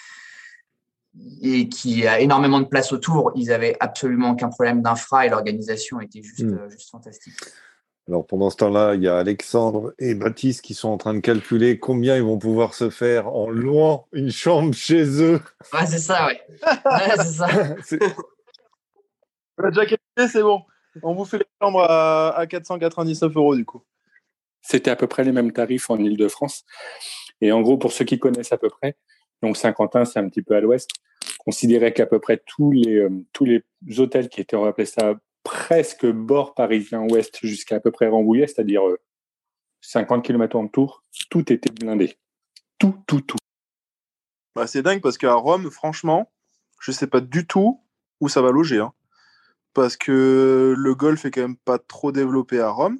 et qui a énormément de place autour, ils n'avaient absolument aucun problème d'infra et l'organisation était juste fantastique. Alors, pendant ce temps-là, il y a Alexandre et Baptiste qui sont en train de calculer combien ils vont pouvoir se faire en louant une chambre chez eux. Ouais, c'est ça, ouais. C'est ça. On a déjà calculé, c'est bon. On vous fait les chambres à 499 € du coup. C'était à peu près les mêmes tarifs en Île-de-France. Et en gros, pour ceux qui connaissent à peu près, donc Saint-Quentin, c'est un petit peu à l'ouest, considérait qu'à peu près tous les hôtels qui étaient, on va appeler ça, presque bord parisien ouest jusqu'à à peu près Rambouillet, c'est-à-dire 50 km en tour, tout était blindé. Tout. Bah, c'est dingue parce qu'à Rome, franchement, je sais pas du tout où ça va loger. Parce que le golf est quand même pas trop développé à Rome.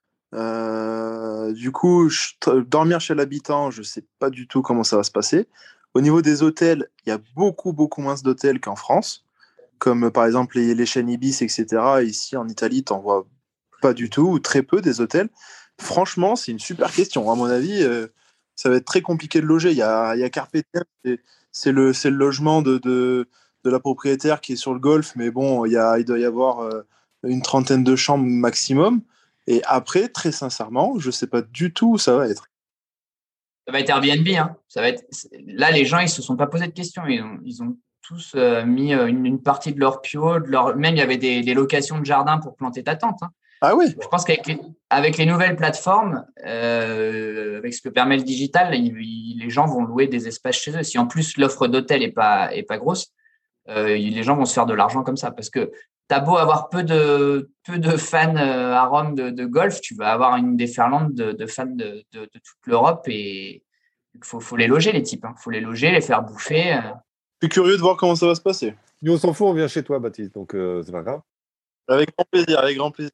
Du coup, dormir chez l'habitant, je sais pas du tout comment ça va se passer. Au niveau des hôtels, il y a beaucoup, beaucoup moins d'hôtels qu'en France. Comme par exemple les chaînes Ibis, etc. Ici, en Italie, t'en vois pas du tout, ou très peu des hôtels. Franchement, c'est une super question. À mon avis, ça va être très compliqué de loger. Il y a Carpe Diem, c'est le logement de la propriétaire qui est sur le golf, mais bon, il doit y avoir une trentaine de chambres maximum. Et après, très sincèrement, je sais pas du tout où ça va être. Ça va être Airbnb. Là, les gens, ils se sont pas posé de questions. Ils ont tous mis une partie de leur pio, même il y avait des locations de jardin pour planter ta tente. Ah oui. Je pense qu'avec les nouvelles plateformes, avec ce que permet le digital, les gens vont louer des espaces chez eux. Si en plus l'offre d'hôtel est pas grosse, les gens vont se faire de l'argent comme ça. Parce que t'as beau avoir peu de fans à Rome de golf, tu vas avoir une déferlante de fans de toute l'Europe et il faut les loger, les types. Faut les loger, les faire bouffer. Je suis curieux de voir comment ça va se passer. Nous, on s'en fout, on vient chez toi, Baptiste, donc c'est pas grave. Avec grand plaisir.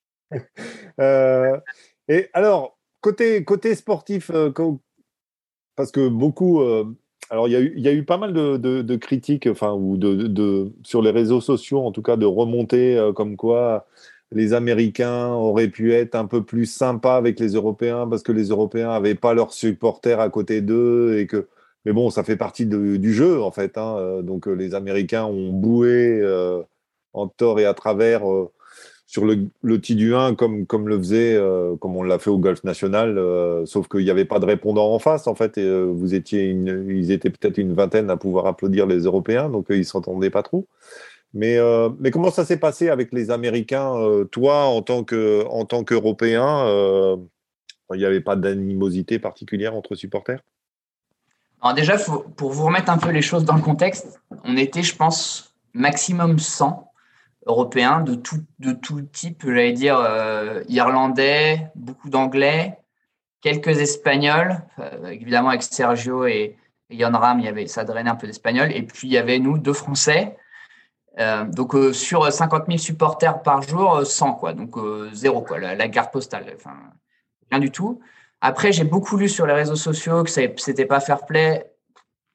Et alors, côté sportif, parce que beaucoup... alors, il y a eu pas mal de critiques, ou sur les réseaux sociaux, en tout cas, de remontées comme quoi les Américains auraient pu être un peu plus sympas avec les Européens parce que les Européens n'avaient pas leurs supporters à côté d'eux et que... Mais bon, ça fait partie du jeu, en fait. Donc, les Américains ont boué en tort et à travers sur le T-du-1 comme le faisait, comme on l'a fait au Golf National, sauf qu'il n'y avait pas de répondant en face, en fait. Et, ils étaient peut-être une vingtaine à pouvoir applaudir les Européens, donc ils ne s'entendaient pas trop. Mais comment ça s'est passé avec les Américains, toi, en tant qu'Européen, il n'y avait pas d'animosité particulière entre supporters? Alors déjà, pour vous remettre un peu les choses dans le contexte, on était, je pense, maximum 100 Européens de tout type, j'allais dire irlandais, beaucoup d'anglais, quelques espagnols, évidemment avec Sergio et Jon Rahm, ça drainait un peu d'espagnol, et puis il y avait nous, 2 Français. Donc sur 50 000 supporters par jour, 100 quoi, donc 0 quoi, la carte postale, rien du tout. Après, j'ai beaucoup lu sur les réseaux sociaux que c'était pas fair play.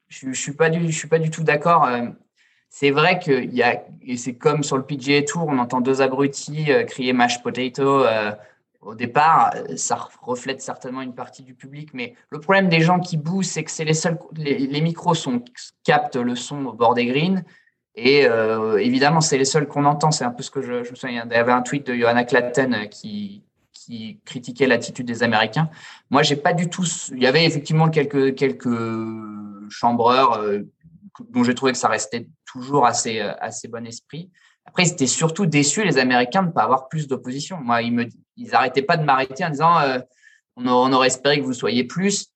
je suis pas du tout d'accord. C'est vrai qu'il y a, et c'est comme sur le PGA Tour, on entend deux abrutis crier mash potato au départ. Ça reflète certainement une partie du public, mais le problème des gens qui bouent, c'est que c'est les micros captent le son au bord des greens. Et évidemment, c'est les seuls qu'on entend. C'est un peu ce que je me souviens. Il y avait un tweet de Johanna Clatten qui critiquait l'attitude des Américains. Moi, j'ai pas du tout. Il y avait effectivement quelques chambreurs dont j'ai trouvé que ça restait toujours assez bon esprit. Après, ils étaient surtout déçus, les Américains, de ne pas avoir plus d'opposition. Moi, ils n'arrêtaient pas de m'arrêter en disant on aurait espéré que vous soyez plus.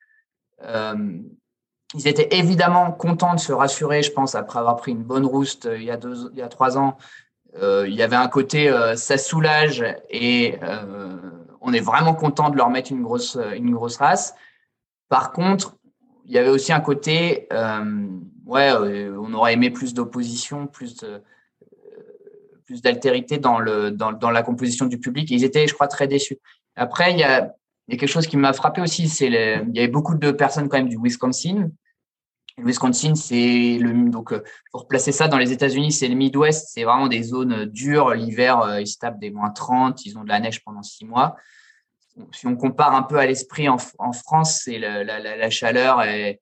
Ils étaient évidemment contents de se rassurer, je pense, après avoir pris une bonne rouste il y a 3 ans. Il y avait un côté, ça soulage et on est vraiment content de leur mettre une grosse race. Par contre, il y avait aussi un côté, on aurait aimé plus d'opposition, plus d'altérité dans la composition du public. Et ils étaient, je crois, très déçus. Après, il y a quelque chose qui m'a frappé aussi, il y avait beaucoup de personnes quand même du Wisconsin. Le Wisconsin, donc pour placer ça dans les États-Unis, c'est le Midwest, c'est vraiment des zones dures. L'hiver, ils se tapent des -30, ils ont de la neige pendant 6 mois. Si on compare un peu à l'esprit en France, c'est la chaleur et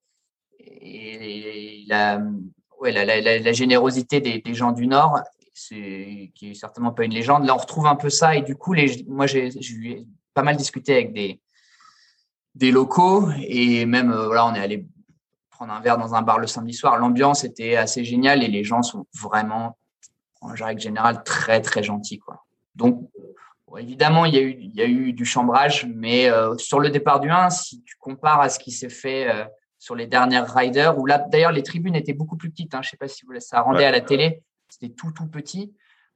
la générosité des gens du Nord, qui est certainement pas une légende. Là, on retrouve un peu ça et du coup, moi, j'ai pas mal discuté avec des locaux et même on est allé prendre un verre dans un bar le samedi soir. L'ambiance était assez géniale et les gens sont vraiment, en règle générale, très, très gentils, quoi. Donc, évidemment, il y a eu du chambrage, mais sur le départ du 1, si tu compares à ce qui s'est fait sur les dernières riders, où là, d'ailleurs, les tribunes étaient beaucoup plus petites. Je ne sais pas si ça rendait à la télé. C'était tout petit.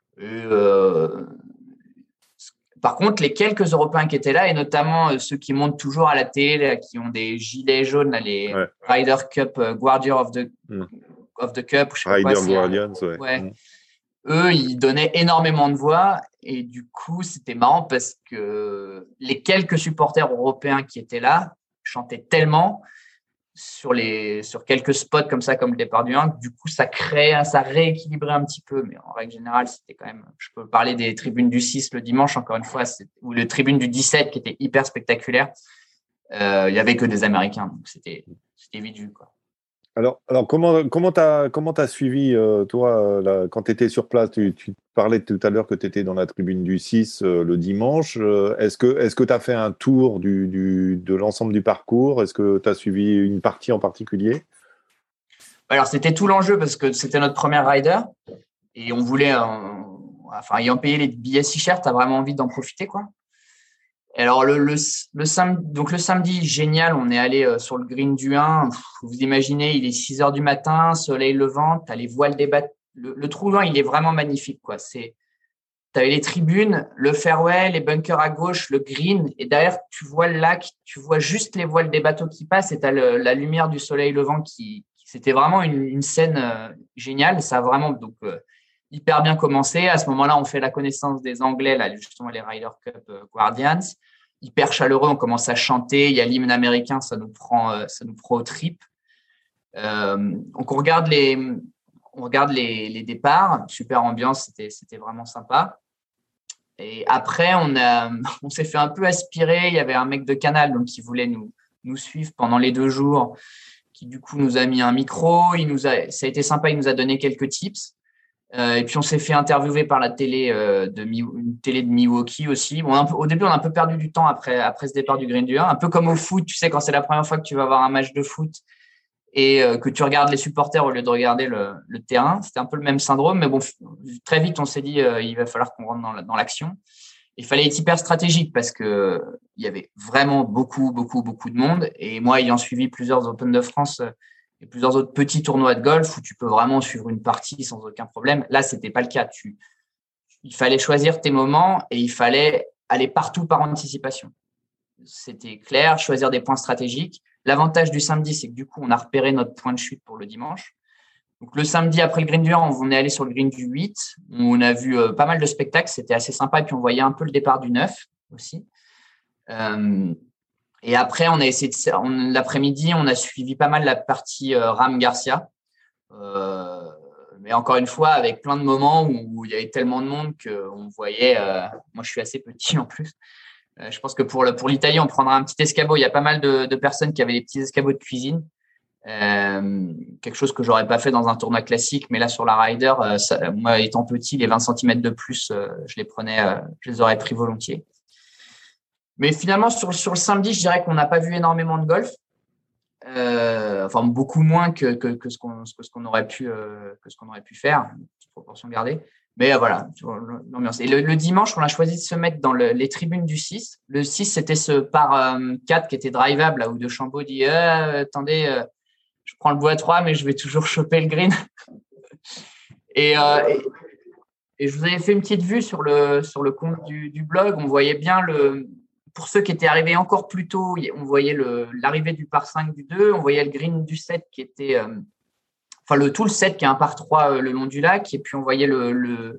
Par contre, les quelques Européens qui étaient là, et notamment ceux qui montent toujours à la télé, là, qui ont des gilets jaunes, là, les Ryder Cup, Guardian of the Cup, je sais pas Rider quoi, Guardians, Eux, ils donnaient énormément de voix et du coup, c'était marrant parce que les quelques supporters européens qui étaient là chantaient tellement sur quelques spots comme ça, comme le départ du 1, du coup, ça rééquilibrait un petit peu. Mais en règle générale, c'était quand même, je peux parler des tribunes du 6 le dimanche, encore une fois, ou les tribunes du 17 qui étaient hyper spectaculaires. Il y avait que des Américains, donc c'était vite vu, quoi. Alors comment t'as suivi, toi, quand tu étais sur place, tu parlais tout à l'heure que tu étais dans la tribune du 6 le dimanche. Est-ce que tu as fait un tour de l'ensemble du parcours? Est-ce que tu as suivi une partie en particulier? Alors, c'était tout l'enjeu parce que c'était notre première rider et on voulait, ayant payé les billets si chers, tu as vraiment envie d'en profiter, quoi. Alors, le samedi, génial, on est allé sur le green du 1. Vous imaginez, il est 6 heures du matin, soleil levant, tu as les voiles des bateaux. Le trou lent, il est vraiment magnifique, quoi. Tu avais les tribunes, le fairway, les bunkers à gauche, le green, et derrière, tu vois le lac, tu vois juste les voiles des bateaux qui passent et tu as la lumière du soleil levant c'était vraiment une scène géniale. Ça a vraiment hyper bien commencé. À ce moment-là, on fait la connaissance des Anglais, là, justement les Ryder Cup Guardians. Hyper chaleureux, on commence à chanter. Il y a l'hymne américain, ça nous prend aux tripes. Donc on regarde les départs. Super ambiance, c'était vraiment sympa. Et après, on s'est fait un peu aspirer. Il y avait un mec de Canal donc qui voulait nous suivre pendant les 2 jours, qui du coup nous a mis un micro. Ça a été sympa, il nous a donné quelques tips. Et puis on s'est fait interviewer par la télé une télé de Milwaukee aussi. Bon, au début, on a un peu perdu du temps après ce départ du green du 1, un peu comme au foot, tu sais, quand c'est la première fois que tu vas voir un match de foot et que tu regardes les supporters au lieu de regarder le terrain. C'était un peu le même syndrome, mais bon, très vite, on s'est dit il va falloir qu'on rentre dans l'action. Il fallait être hyper stratégique parce que il y avait vraiment beaucoup de monde. Et moi, ayant suivi plusieurs Open de France et plusieurs autres petits tournois de golf où tu peux vraiment suivre une partie sans aucun problème. Là, c'était pas le cas. Il fallait choisir tes moments et il fallait aller partout par anticipation. C'était clair, choisir des points stratégiques. L'avantage du samedi, c'est que du coup, on a repéré notre point de chute pour le dimanche. Donc, le samedi, après le green du 1, on est allé sur le green du 8. On a vu pas mal de spectacles. C'était assez sympa. Et puis, on voyait un peu le départ du 9 aussi. Et après, on a essayé l'après-midi, on a suivi pas mal la partie Ram Garcia. Mais encore une fois, avec plein de moments où il y avait tellement de monde qu'on voyait. Moi, je suis assez petit en plus. Je pense que pour l'Italie, on prendra un petit escabeau. Il y a pas mal de personnes qui avaient des petits escabeaux de cuisine. Quelque chose que j'aurais pas fait dans un tournoi classique, mais là sur la Ryder, moi étant petit, les 20 cm de plus, je les aurais pris volontiers. Mais finalement, sur le samedi, je dirais qu'on n'a pas vu énormément de golf. Enfin, beaucoup moins que ce qu'on aurait pu faire, toute proportion gardée. Mais voilà, l'ambiance. Et le dimanche, on a choisi de se mettre dans les tribunes du 6. Le 6, c'était ce par 4 qui était drivable, là où De Chambeau dit attendez, je prends le bois 3, mais je vais toujours choper le green. et je vous avais fait une petite vue sur le compte du blog. On voyait bien pour ceux qui étaient arrivés encore plus tôt, on voyait l'arrivée du par 5 du 2, on voyait le green du 7 qui était, tout le 7 qui est un par 3 le long du lac, et puis on voyait le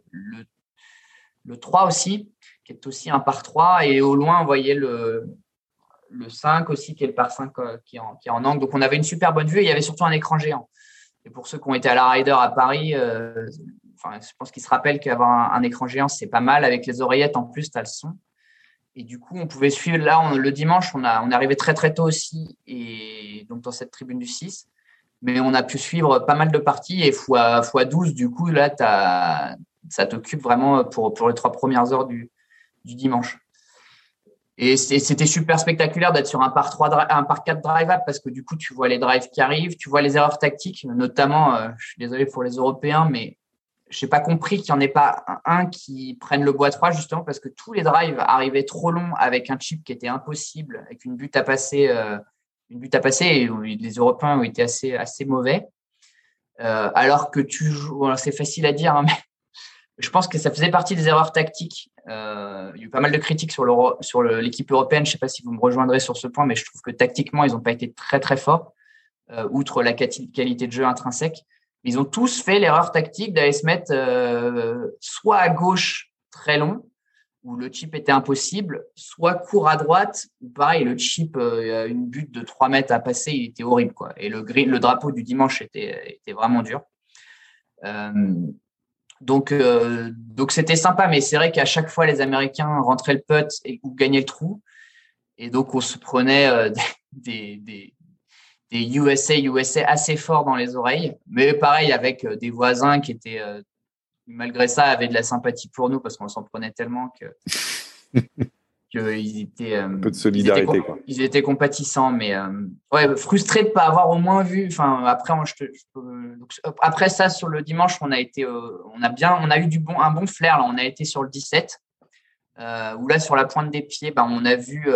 3 aussi, qui est aussi un par 3, et au loin, on voyait le 5 aussi, qui est le par 5 qui est en angle. Donc, on avait une super bonne vue, et il y avait surtout un écran géant. Et pour ceux qui ont été à la Ryder à Paris, je pense qu'ils se rappellent qu'avoir un écran géant, c'est pas mal. Avec les oreillettes, en plus, tu as le son. Et du coup, on pouvait suivre. Là, le dimanche, on est arrivé très, très tôt aussi, et donc dans cette tribune du 6. Mais on a pu suivre pas mal de parties, et fois 12, du coup, là, ça t'occupe vraiment pour les 3 premières heures du dimanche. Et c'était super spectaculaire d'être sur un par 4 drive-up, parce que du coup, tu vois les drives qui arrivent, tu vois les erreurs tactiques, notamment, je suis désolé pour les Européens, mais je n'ai pas compris qu'il n'y en ait pas un qui prenne le bois 3, justement, parce que tous les drives arrivaient trop longs avec un chip qui était impossible, avec une butte à passer, et les Européens ont été assez mauvais. Alors que tu joues, c'est facile à dire, hein, mais je pense que ça faisait partie des erreurs tactiques. Il y a eu pas mal de critiques sur l'équipe européenne. Je ne sais pas si vous me rejoindrez sur ce point, mais je trouve que tactiquement, ils n'ont pas été très, très forts, outre la qualité de jeu intrinsèque. Ils ont tous fait l'erreur tactique d'aller se mettre soit à gauche très long, où le chip était impossible, soit court à droite, où pareil, le chip, une butte de 3 mètres à passer, il était horrible, quoi. Et le drapeau du dimanche était vraiment dur. Donc c'était sympa, mais c'est vrai qu'à chaque fois, les Américains rentraient le putt ou gagnaient le trou. Et donc, on se prenait des USA assez forts dans les oreilles. Mais pareil, avec des voisins qui étaient, malgré ça, avaient de la sympathie pour nous, parce qu'on s'en prenait tellement qu'ils étaient… un peu de solidarité, quoi. Ils étaient compatissants, mais frustrés de ne pas avoir au moins vu… Après, après ça, sur le dimanche, on a eu un bon flair. Là, on a été sur le 17, où là, sur la pointe des pieds, on a vu…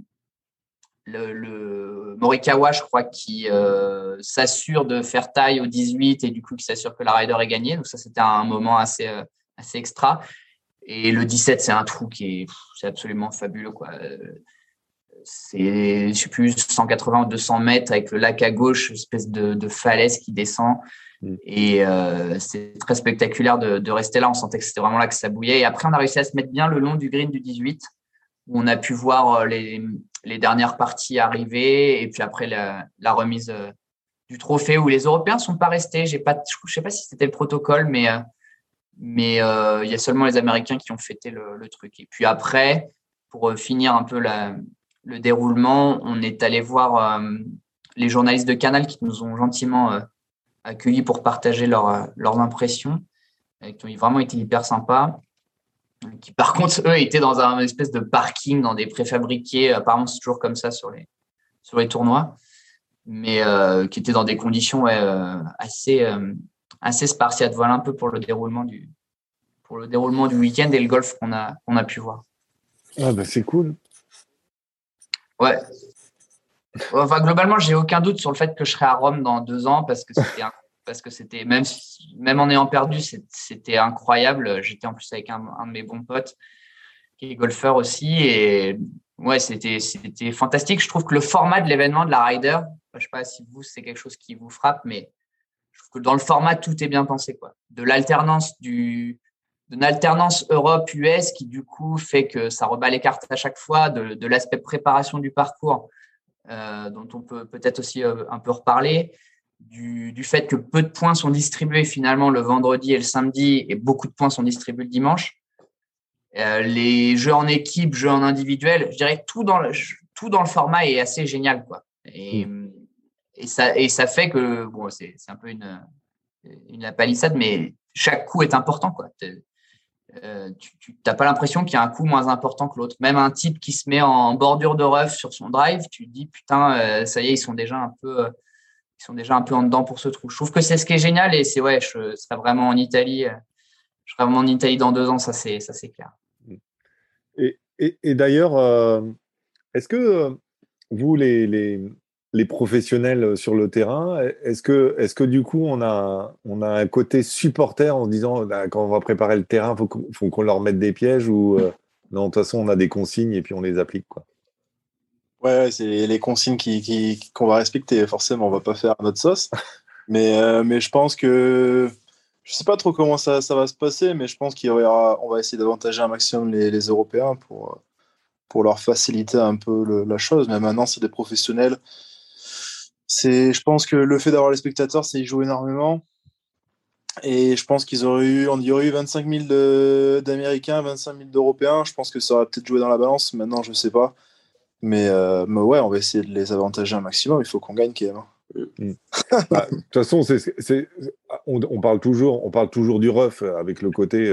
le Morikawa, je crois, qui s'assure de faire taille au 18 et du coup qui s'assure que la Ryder est gagnée. Donc ça, c'était un moment assez extra. Et le 17, c'est un trou c'est absolument fabuleux, quoi. C'est, je sais plus, 180 ou 200 mètres avec le lac à gauche, une espèce de falaise qui descend. Et c'est très spectaculaire de rester là. On sentait que c'était vraiment là que ça bouillait. Et après, on a réussi à se mettre bien le long du green du 18, où on a pu voir les dernières parties arriver, et puis après la remise du trophée, où les Européens ne sont pas restés. Je ne sais pas si c'était le protocole, mais il y a seulement les Américains qui ont fêté le truc. Et puis après, pour finir un peu le déroulement, on est allé voir les journalistes de Canal qui nous ont gentiment accueillis pour partager leurs impressions, qui ont vraiment été hyper sympas. Qui par contre, eux, étaient dans un espèce de parking, dans des préfabriqués. Apparemment, c'est toujours comme ça sur les tournois, mais qui étaient dans des conditions assez spartiates. Voilà un peu pour le déroulement du week-end et le golf qu'on a pu voir. Ah c'est cool. Ouais. Enfin, globalement, j'ai aucun doute sur le fait que je serai à Rome dans 2 ans, parce que c'était même en ayant perdu, c'était incroyable. J'étais en plus avec un de mes bons potes qui est golfeur aussi, et ouais, c'était fantastique. Je trouve que le format de l'événement de la Ryder, je sais pas si c'est quelque chose qui vous frappe, mais je trouve que dans le format, tout est bien pensé, quoi. De l'alternance du d'une alternance Europe-US qui, du coup, fait que ça rebat les cartes à chaque fois, de l'aspect préparation du parcours, dont on peut peut-être aussi un peu reparler, du fait que peu de points sont distribués finalement le vendredi et le samedi et beaucoup de points sont distribués le dimanche. Les jeux en équipe, jeux en individuel, je dirais que tout dans le format est assez génial, quoi. Et ça fait que, bon, c'est un peu la palissade, mais chaque coup est important, quoi. Tu n'as pas l'impression qu'il y a un coup moins important que l'autre. Même un type qui se met en bordure de rough sur son drive, tu te dis, putain, ça y est, ils sont déjà un peu en dedans pour ce trou. Je trouve que c'est ce qui est génial et je serai vraiment en Italie. Je serai vraiment en Italie dans 2 ans, ça c'est clair. Et d'ailleurs, est-ce que vous, les professionnels sur le terrain, est-ce que du coup, on a un côté supporter en se disant, quand on va préparer le terrain, faut qu'on leur mette des pièges ou non, de toute façon, on a des consignes et puis on les applique, quoi. Ouais, c'est les consignes qu'on va respecter. Forcément, on va pas faire à notre sauce. Mais je pense que je sais pas trop comment ça va se passer, mais je pense on va essayer d'avantager un maximum les Européens pour leur faciliter un peu la chose. Mais maintenant, c'est des professionnels. Je pense que le fait d'avoir les spectateurs, ça y joue énormément. Et je pense on y aurait eu 25 000 d'Américains, 25 000 d'Européens. Je pense que ça aurait peut-être joué dans la balance. Maintenant, je sais pas. Mais ouais, on va essayer de les avantager un maximum. Il faut qu'on gagne quand même. De toute façon, on parle toujours du rough avec le côté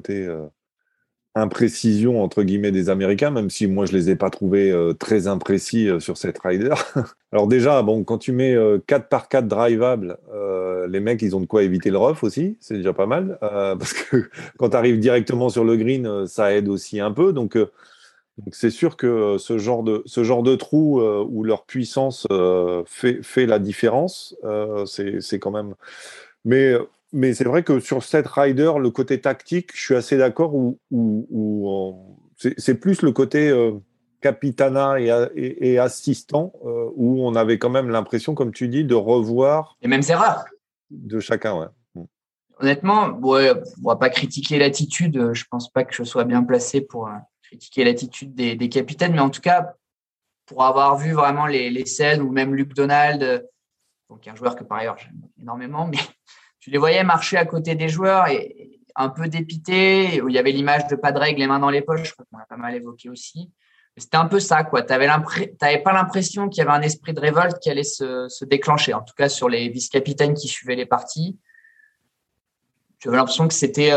imprécision entre guillemets des Américains, même si moi je les ai pas trouvés très imprécis sur cette rider. Alors déjà, bon, quand tu mets 4x4 drivables, les mecs ils ont de quoi éviter le rough aussi, c'est déjà pas mal, parce que quand tu arrives directement sur le green, ça aide aussi un peu. Donc c'est sûr que ce genre de trou où leur puissance fait la différence, c'est quand même. Mais c'est vrai que sur cette rider, le côté tactique, je suis assez d'accord c'est plus le côté capitana et assistant où on avait quand même l'impression, comme tu dis, de revoir. Et même erreurs. De chacun, ouais. Honnêtement, ouais, on va pas critiquer l'attitude. Je pense pas que je sois bien placé pour critiquer l'attitude des capitaines, mais en tout cas, pour avoir vu vraiment les scènes ou même Luke Donald, donc un joueur que par ailleurs j'aime énormément, mais tu les voyais marcher à côté des joueurs et un peu dépités, où il y avait l'image de pas de règles, les mains dans les poches, je crois qu'on l'a pas mal évoqué aussi. C'était un peu ça, quoi. T'avais pas l'impression qu'il y avait un esprit de révolte qui allait se déclencher, en tout cas sur les vice-capitaines qui suivaient les parties. J'avais l'impression que c'était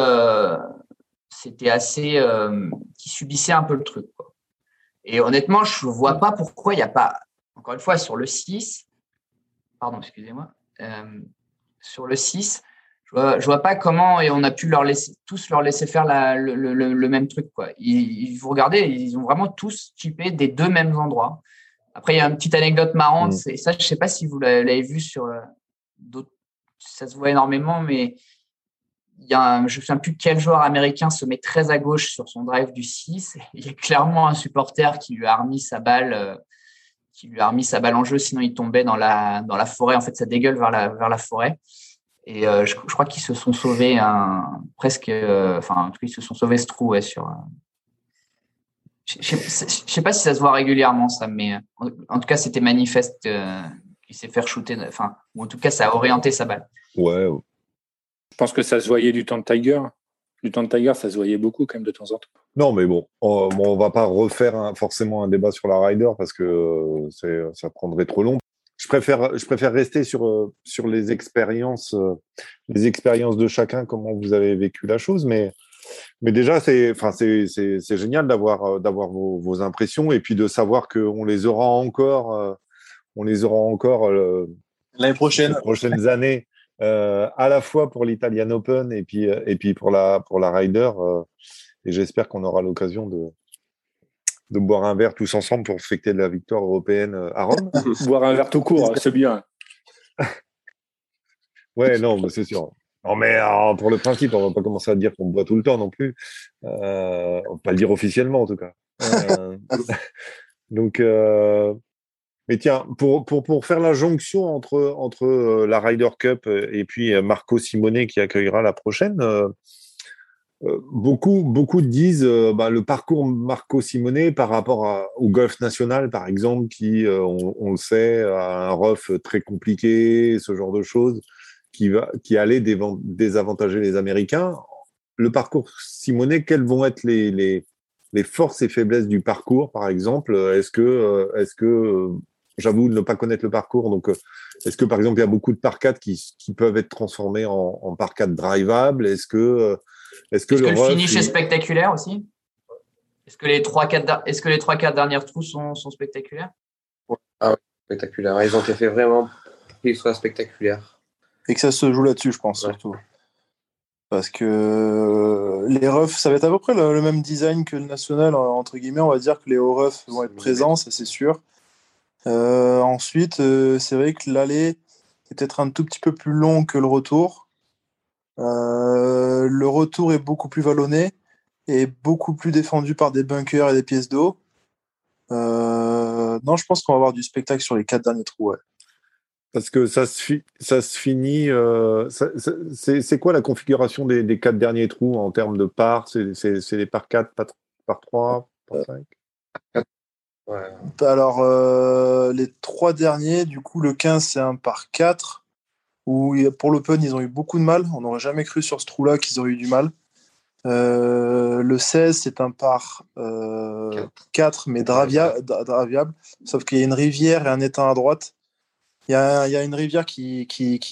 assez qui subissait un peu le truc, quoi. Et honnêtement, je ne vois pas pourquoi il n'y a pas, encore une fois, sur le 6, pardon, excusez-moi, sur le 6, je vois pas comment et on a pu tous leur laisser faire le même truc, quoi. Vous regardez, ils ont vraiment tous chippé des 2 mêmes endroits. Après, il y a une petite anecdote marrante, et ça, je ne sais pas si vous l'avez vu sur d'autres, ça se voit énormément, mais je ne me souviens plus quel joueur américain se met très à gauche sur son drive du 6. Il y a clairement un supporter qui lui a remis sa balle en jeu, sinon il tombait dans la forêt. En fait, ça dégueule vers la forêt. Et je crois qu'ils se sont sauvés presque. Enfin, en tout cas, ils se sont sauvés ce trou, ouais, sur. Je sais pas si ça se voit régulièrement, ça, mais en tout cas, c'était manifeste qu'il s'est fait shooter. Enfin, ou en tout cas, ça a orienté sa balle. Ouais. Je pense que ça se voyait du temps de Tiger. Du temps de Tiger, ça se voyait beaucoup quand même de temps en temps. Non, mais bon, on va pas refaire forcément un débat sur la rider parce que ça prendrait trop long. Je préfère rester sur les expériences de chacun, comment vous avez vécu la chose. Mais déjà, c'est génial d'avoir vos impressions et puis de savoir qu'on les aura encore l'année prochaine, les prochaines années. À la fois pour l'Italian Open et puis pour la Ryder. Et j'espère qu'on aura l'occasion de boire un verre tous ensemble pour fêter la victoire européenne à Rome. Boire un verre tout court, c'est bien. Ouais, non, mais c'est sûr. Non, mais pour le principe, on va pas commencer à dire qu'on boit tout le temps non plus. On va pas le dire officiellement, en tout cas. Donc, mais tiens, pour faire la jonction entre la Ryder Cup et puis Marco Simone qui accueillera la prochaine, Beaucoup disent le parcours Marco Simone par rapport au golf national, par exemple, qui, on le sait, a un rough très compliqué, ce genre de choses, qui allait désavantager les Américains. Le parcours Simone, quelles vont être les forces et faiblesses du parcours, par exemple? Est-ce que j'avoue ne pas connaître le parcours, donc est-ce que, par exemple, il y a beaucoup de par 4 qui peuvent être transformés en par 4 drivables? Est-ce que le finish est spectaculaire aussi? Est-ce que les 3-4 dernières trous sont spectaculaires? Ah oui, spectaculaire. Ils ont été faits vraiment pour qu'ils soient spectaculaires. Et que ça se joue là-dessus, je pense, surtout. Parce que les roughs, ça va être à peu près le même design que le national, entre guillemets. On va dire que les hauts roughs vont être présents, ça c'est sûr. Ensuite, c'est vrai que l'aller est peut-être un tout petit peu plus long que le retour. Le retour est beaucoup plus vallonné et beaucoup plus défendu par des bunkers et des pièces d'eau. Non, je pense qu'on va avoir du spectacle sur les 4 derniers trous. Ouais. Parce que ça se finit. C'est quoi la configuration des 4 derniers trous en termes de parts? C'est les par 4, par 3, par 5? Ouais. Alors, les 3 derniers, du coup, le 15, c'est un par 4. Où pour l'Open, ils ont eu beaucoup de mal. On n'aurait jamais cru sur ce trou-là qu'ils auraient eu du mal. Le 16, c'est un par 4, mais draviable. Sauf qu'il y a une rivière et un étang à droite. Il y a une rivière qui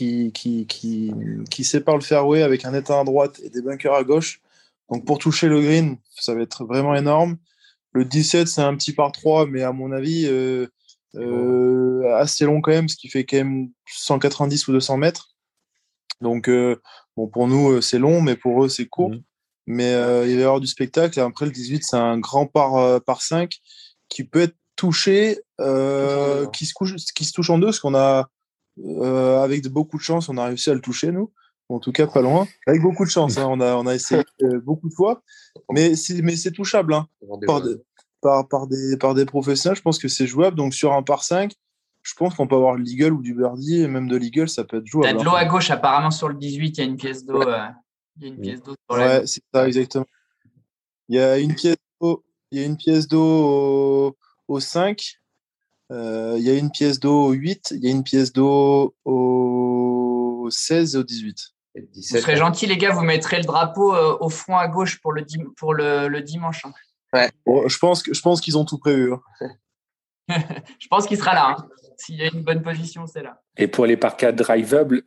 sépare le fairway avec un étang à droite et des bunkers à gauche. Donc pour toucher le green, ça va être vraiment énorme. Le 17, c'est un petit par 3, mais à mon avis, assez long quand même, ce qui fait quand même 190 ou 200 mètres. Donc, pour nous, c'est long, mais pour eux, c'est court. Mais il va y avoir du spectacle. Et après, le 18, c'est un grand par 5 qui peut être touché, qui se touche en deux, parce qu'on a, avec beaucoup de chance, on a réussi à le toucher, nous. En tout cas, pas loin. Avec beaucoup de chance, hein. On a essayé beaucoup de fois. Mais c'est touchable, hein. Par des professionnels. Je pense que c'est jouable. Donc, sur un par 5, je pense qu'on peut avoir de l'eagle ou du birdie, et même de l'eagle, ça peut être jouable. Il y a de l'eau à gauche, apparemment, sur le 18, il y a une pièce d'eau. Il y a une pièce d'eau sur ouais, c'est ça, exactement. Il y a une pièce d'eau au 5. Il y a une pièce d'eau au 8. Il y a une pièce d'eau au 16 et au 18. Vous serez gentils, les gars, vous mettrez le drapeau au fond à gauche pour le dimanche. Hein. Ouais. Bon, je pense qu'ils ont tout prévu. Hein. Je pense qu'il sera là. Hein. S'il y a une bonne position, c'est là. Et pour les par 4 drivables,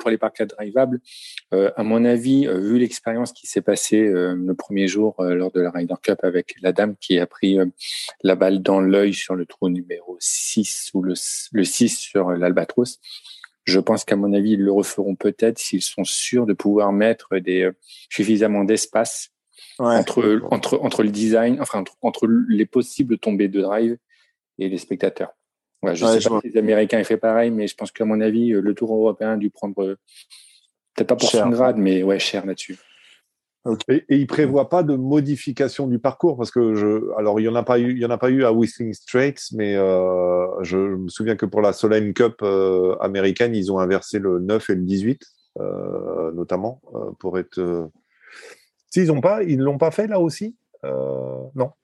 à mon avis, vu l'expérience qui s'est passée le premier jour lors de la Ryder Cup avec la dame qui a pris la balle dans l'œil sur le trou numéro 6 ou le 6 sur l'Albatros, je pense qu'à mon avis, ils le referont peut-être s'ils sont sûrs de pouvoir mettre suffisamment d'espace entre le design, enfin entre les possibles tombées de drive et les spectateurs. Ouais, je sais pas si les Américains aient fait pareil, mais je pense qu'à mon avis, le Tour européen a dû prendre, peut-être pas pour son grade, mais ouais, cher là-dessus. Okay. Et il prévoit pas de modification du parcours parce que alors il y en a pas eu à Whistling Straits, mais je me souviens que pour la Solheim Cup américaine, ils ont inversé le 9 et le 18 notamment pour être. S'ils ils l'ont pas fait là aussi, non.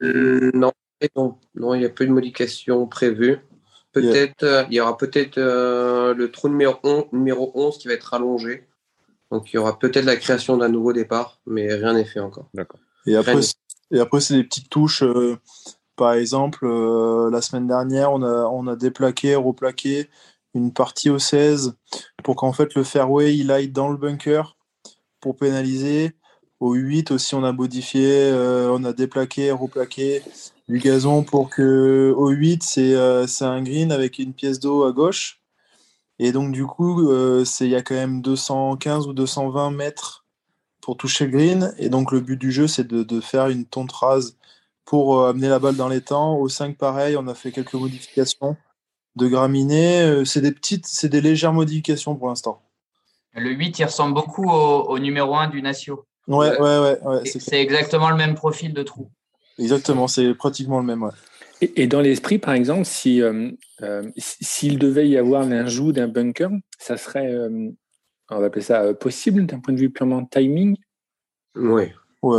Non, il n'y a pas eu de modification prévue. Peut-être, il y aura peut-être le trou numéro 11 qui va être rallongé. Donc, il y aura peut-être la création d'un nouveau départ, mais rien n'est fait encore. D'accord. Et après, c'est des petites touches. Par exemple, la semaine dernière, on a déplaqué, replaqué une partie au 16 pour qu'en fait le fairway il aille dans le bunker pour pénaliser. Au 8 aussi, on a modifié, on a déplaqué, replaqué du gazon pour que au 8, c'est un green avec une pièce d'eau à gauche. Et donc, du coup, il y a quand même 215 ou 220 mètres pour toucher le green. Et donc, le but du jeu, c'est de faire une tonte rase pour amener la balle dans les temps. Au 5, pareil, on a fait quelques modifications de graminées. C'est des légères modifications pour l'instant. Le 8, il ressemble beaucoup au numéro 1 du Natio. Ouais. C'est exactement le même profil de trou. Exactement, c'est pratiquement le même, ouais. Et dans l'esprit, par exemple, s'il devait y avoir l'ajout d'un bunker, ça serait, on va appeler ça possible d'un point de vue purement timing? Oui. Ouais.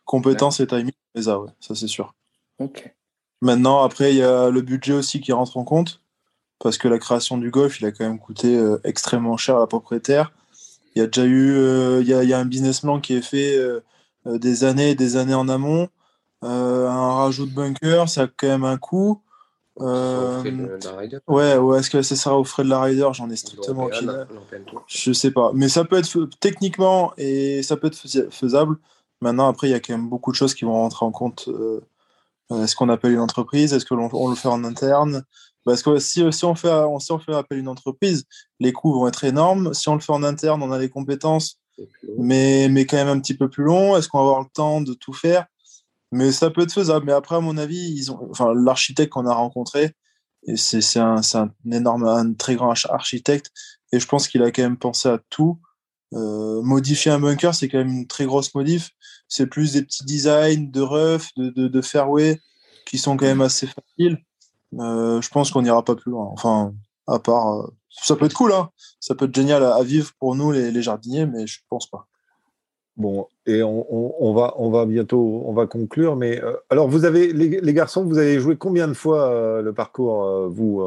Compétences et timing, on les a, ouais, ça c'est sûr. Ok. Maintenant, après, il y a le budget aussi qui rentre en compte, parce que la création du golf, il a quand même coûté extrêmement cher à la propriétaire. Il y a déjà eu, il y a un business plan qui est fait des années et des années en amont. Un rajout de bunker, ça a quand même un coût. Au frais de la Ryder. Ouais, est-ce que ça sera aux frais de la Ryder? J'en ai strictement aucune. Je sais pas. Mais ça peut être techniquement et ça peut être faisable. Maintenant, après, il y a quand même beaucoup de choses qui vont rentrer en compte. Est-ce qu'on appelle une entreprise? Est-ce on le fait en interne? Parce que si on fait appel à une entreprise, les coûts vont être énormes. Si on le fait en interne, on a les compétences, mais quand même un petit peu plus long. Est-ce qu'on va avoir le temps de tout faire? Mais ça peut être faisable. Mais après, à mon avis, l'architecte qu'on a rencontré, et c'est un très grand architecte, et je pense qu'il a quand même pensé à tout. Modifier un bunker, c'est quand même une très grosse modif. C'est plus des petits designs de rough, de fairway, qui sont quand même assez faciles. Je pense qu'on n'ira pas plus loin. Enfin, à part, ça peut être cool, hein. Ça peut être génial à vivre pour nous, les jardiniers, mais je pense pas. Bon, et on va bientôt, on va conclure. Mais alors, vous avez les garçons, vous avez joué combien de fois le parcours, vous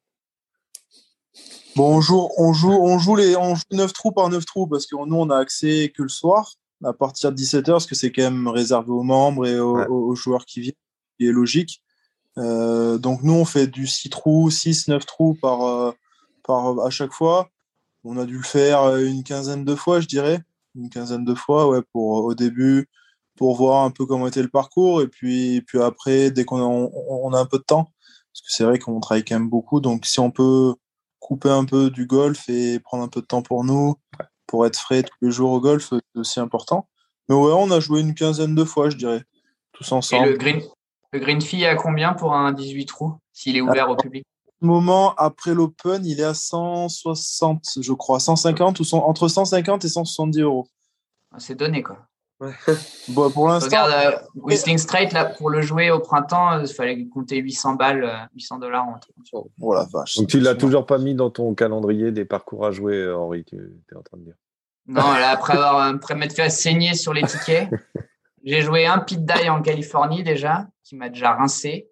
Bon, on joue 9 trous par 9 trous parce que nous, on a accès que le soir, à partir de 17h, parce que c'est quand même réservé aux membres et aux joueurs qui viennent, ce qui est logique. Donc, nous, on fait du 6 trous, 6, 9 trous à chaque fois. On a dû le faire une quinzaine de fois, je dirais. Une quinzaine de fois, ouais, au début, pour voir un peu comment était le parcours. Et puis après, dès on a un peu de temps, parce que c'est vrai qu'on travaille quand même beaucoup. Donc, si on peut couper un peu du golf et prendre un peu de temps pour nous, pour être frais tous les jours au golf, c'est aussi important. Mais ouais, on a joué une quinzaine de fois, je dirais, tous ensemble. Et le green fee à combien pour un 18 trous, s'il est ouvert au public? Moment après l'Open, il est à 160, je crois, 150 entre 150 et 170 euros. C'est donné, quoi. Ouais. Bon, pour l'instant. Regarde, Whistling Straight, là, pour le jouer au printemps, il fallait compter 800 balles, $800 en tout. Oh la vache. Donc, tu l'as toujours pas mis dans ton calendrier des parcours à jouer, Henri, tu es en train de dire. Non, là, après m'être fait saigner sur les tickets, j'ai joué un pit die en Californie déjà, qui m'a déjà rincé.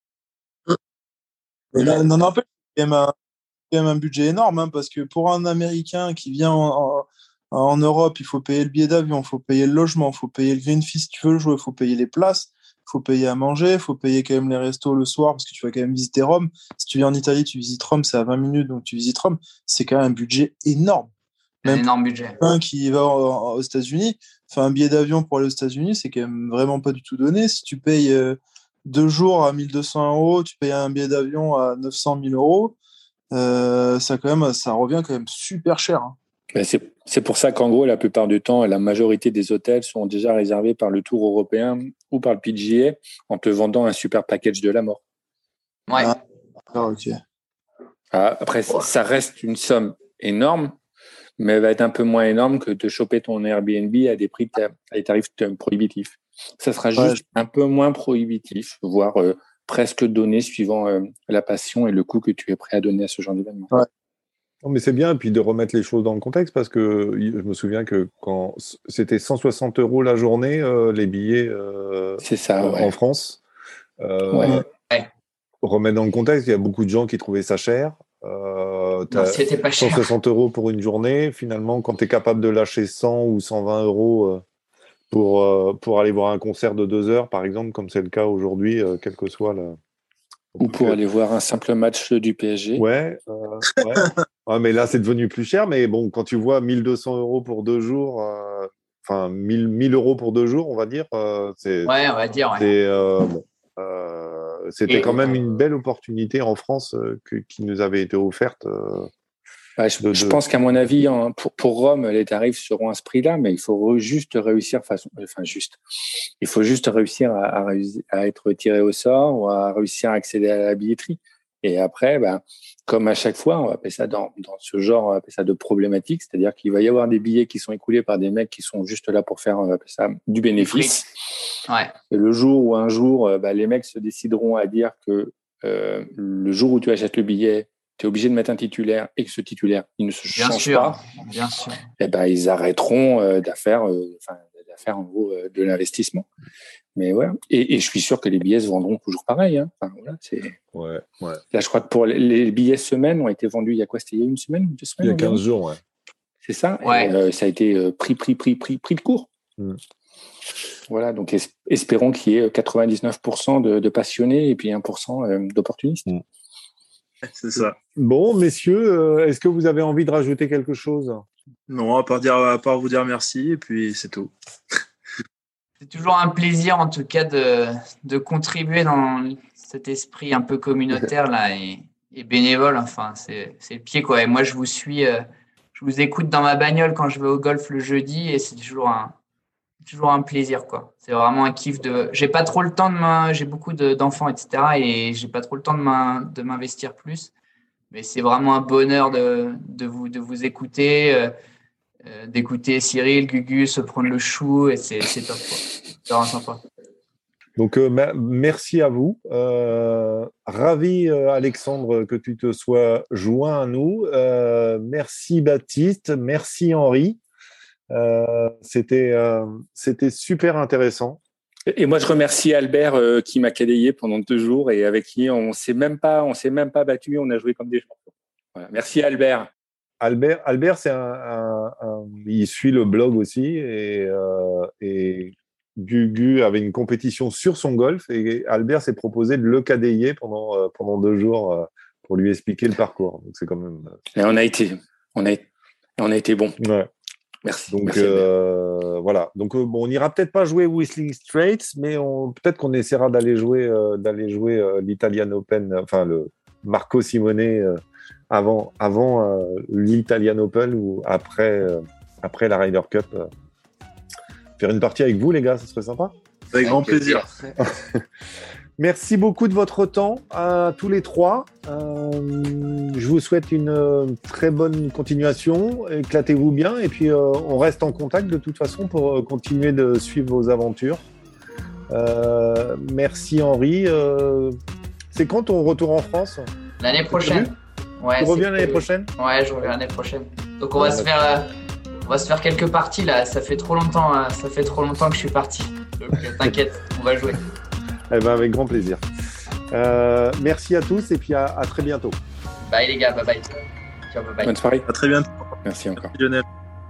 Non, c'est quand même un budget énorme, hein, parce que pour un Américain qui vient en Europe, il faut payer le billet d'avion, il faut payer le logement, il faut payer le green fee si tu veux le jouer, il faut payer les places, il faut payer à manger, il faut payer quand même les restos le soir, parce que tu vas quand même visiter Rome. Si tu viens en Italie, tu visites Rome, c'est à 20 minutes, donc tu visites Rome. C'est quand même un budget énorme. Un énorme budget. Un qui va aux États-Unis, enfin un billet d'avion pour aller aux États-Unis, c'est quand même vraiment pas du tout donné. Si tu payes 2 jours à 1200 euros, tu payes un billet d'avion à 900 000 euros, ça revient quand même super cher. Hein. C'est pour ça qu'en gros, la plupart du temps, la majorité des hôtels sont déjà réservés par le Tour européen ou par le PGA en te vendant un super package de la mort. Ouais. Ok. Après, ça reste une somme énorme, mais elle va être un peu moins énorme que de choper ton Airbnb à des tarifs prohibitifs. Ça sera juste un peu moins prohibitif, voire presque donné suivant la passion et le coût que tu es prêt à donner à ce genre d'événement. Ouais. Non, mais c'est bien, et puis de remettre les choses dans le contexte, parce que je me souviens que quand c'était 160 euros la journée, les billets c'est ça, en France. Remettre dans le contexte, il y a beaucoup de gens qui trouvaient ça cher. Non, c'était pas cher. 160 euros pour une journée, finalement, quand tu es capable de lâcher 100 ou 120 euros pour aller voir un concert de 2 heures, par exemple, comme c'est le cas aujourd'hui, quel que soit le... Ou pour aller voir un simple match du PSG. Ouais. Mais là, c'est devenu plus cher. Mais bon, quand tu vois 1200 euros pour 2 jours, 1000 euros pour 2 jours, on va dire. On va dire. C'était quand même une belle opportunité en France qui nous avait été offerte. Je pense qu'à mon avis, pour Rome, les tarifs seront à ce prix-là, mais il faut juste réussir il faut juste réussir à être tiré au sort ou à réussir à accéder à la billetterie. Et après, comme à chaque fois, on va appeler ça dans ce genre, on va appeler ça de problématique, c'est-à-dire qu'il va y avoir des billets qui sont écoulés par des mecs qui sont juste là pour faire, on va appeler ça du bénéfice. Ouais. Et le jour où un jour, les mecs se décideront à dire que le jour où tu achètes le billet, tu es obligé de mettre un titulaire et que ce titulaire, il ne se change pas. Bien sûr. Et ils arrêteront de faire faire en gros de l'investissement. Mais voilà. Et je suis sûr que les billets se vendront toujours pareil. Hein. Enfin, voilà, Ouais. Là, je crois que pour les billets semaine ont été vendus il y a quoi? C'était il y a une semaine ou 2 semaines? Il y a 15 jours, ouais. C'est ça? Ouais. Et, ça a été pris de court. Voilà, donc espérons qu'il y ait 99% de passionnés et puis 1% d'opportunistes. C'est ça. Bon, messieurs, est-ce que vous avez envie de rajouter quelque chose? Non, à part vous dire merci, et puis c'est tout. C'est toujours un plaisir, en tout cas, de contribuer dans cet esprit un peu communautaire là et bénévole. Enfin, c'est le pied, quoi. Et moi, je vous suis, je vous écoute dans ma bagnole quand je vais au golf le jeudi, et c'est toujours un plaisir, quoi. C'est vraiment un kiff j'ai pas trop le temps j'ai beaucoup d'enfants, etc. et j'ai pas trop le temps de m'investir plus. Mais c'est vraiment un bonheur de vous écouter, d'écouter Cyril, Gugu se prendre le chou, et c'est top, quoi. C'est vraiment sympa. Donc, merci à vous. Ravi, Alexandre, que tu te sois joint à nous. Merci, Baptiste. Merci, Henri. C'était super intéressant. Et moi, je remercie Albert qui m'a cadayé pendant 2 jours et avec qui on s'est même pas battu. On a joué comme des champions. Voilà. Merci, Albert. Albert, c'est il suit le blog aussi et Gugu avait une compétition sur son golf et Albert s'est proposé de le cadayer pendant 2 jours pour lui expliquer le parcours. Donc c'est quand même. Et on a été bon. Ouais. Merci. Donc Merci, voilà. Donc bon, on n'ira peut-être pas jouer Whistling Straits, mais peut-être qu'on essaiera d'aller jouer l'Italian Open, enfin le Marco Simone avant l'Italian Open ou après la Ryder Cup. Faire une partie avec vous, les gars, ce serait sympa. Avec grand plaisir. Merci beaucoup de votre temps à tous les 3. Je vous souhaite une très bonne continuation. Éclatez-vous bien. Et puis, on reste en contact de toute façon pour continuer de suivre vos aventures. Merci, Henri. C'est quand ton retour en France? L'année prochaine. Ouais, tu reviens l'année prochaine? Ouais, je reviens l'année prochaine. Donc, on va se faire quelques parties là. Ça fait trop longtemps que je suis parti. Donc, t'inquiète, on va jouer. Eh ben, avec grand plaisir. Merci à tous et puis à très bientôt. Bye les gars, bye bye. Ciao, bye bye. Bonne soirée. À très bientôt. Merci encore. Lionel.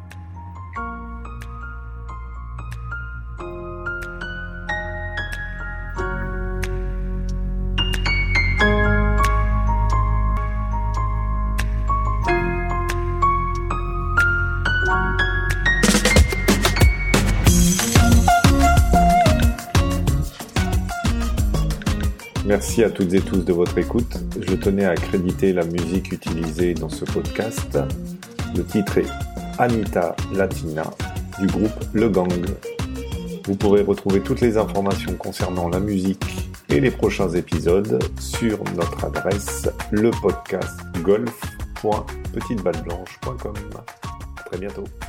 Merci à toutes et tous de votre écoute. Je tenais à créditer la musique utilisée dans ce podcast. Le titre est Anita Latina du groupe Le Gang. Vous pourrez retrouver toutes les informations concernant la musique et les prochains épisodes sur notre adresse lepodcastgolf.petiteballeblanche.com. À très bientôt.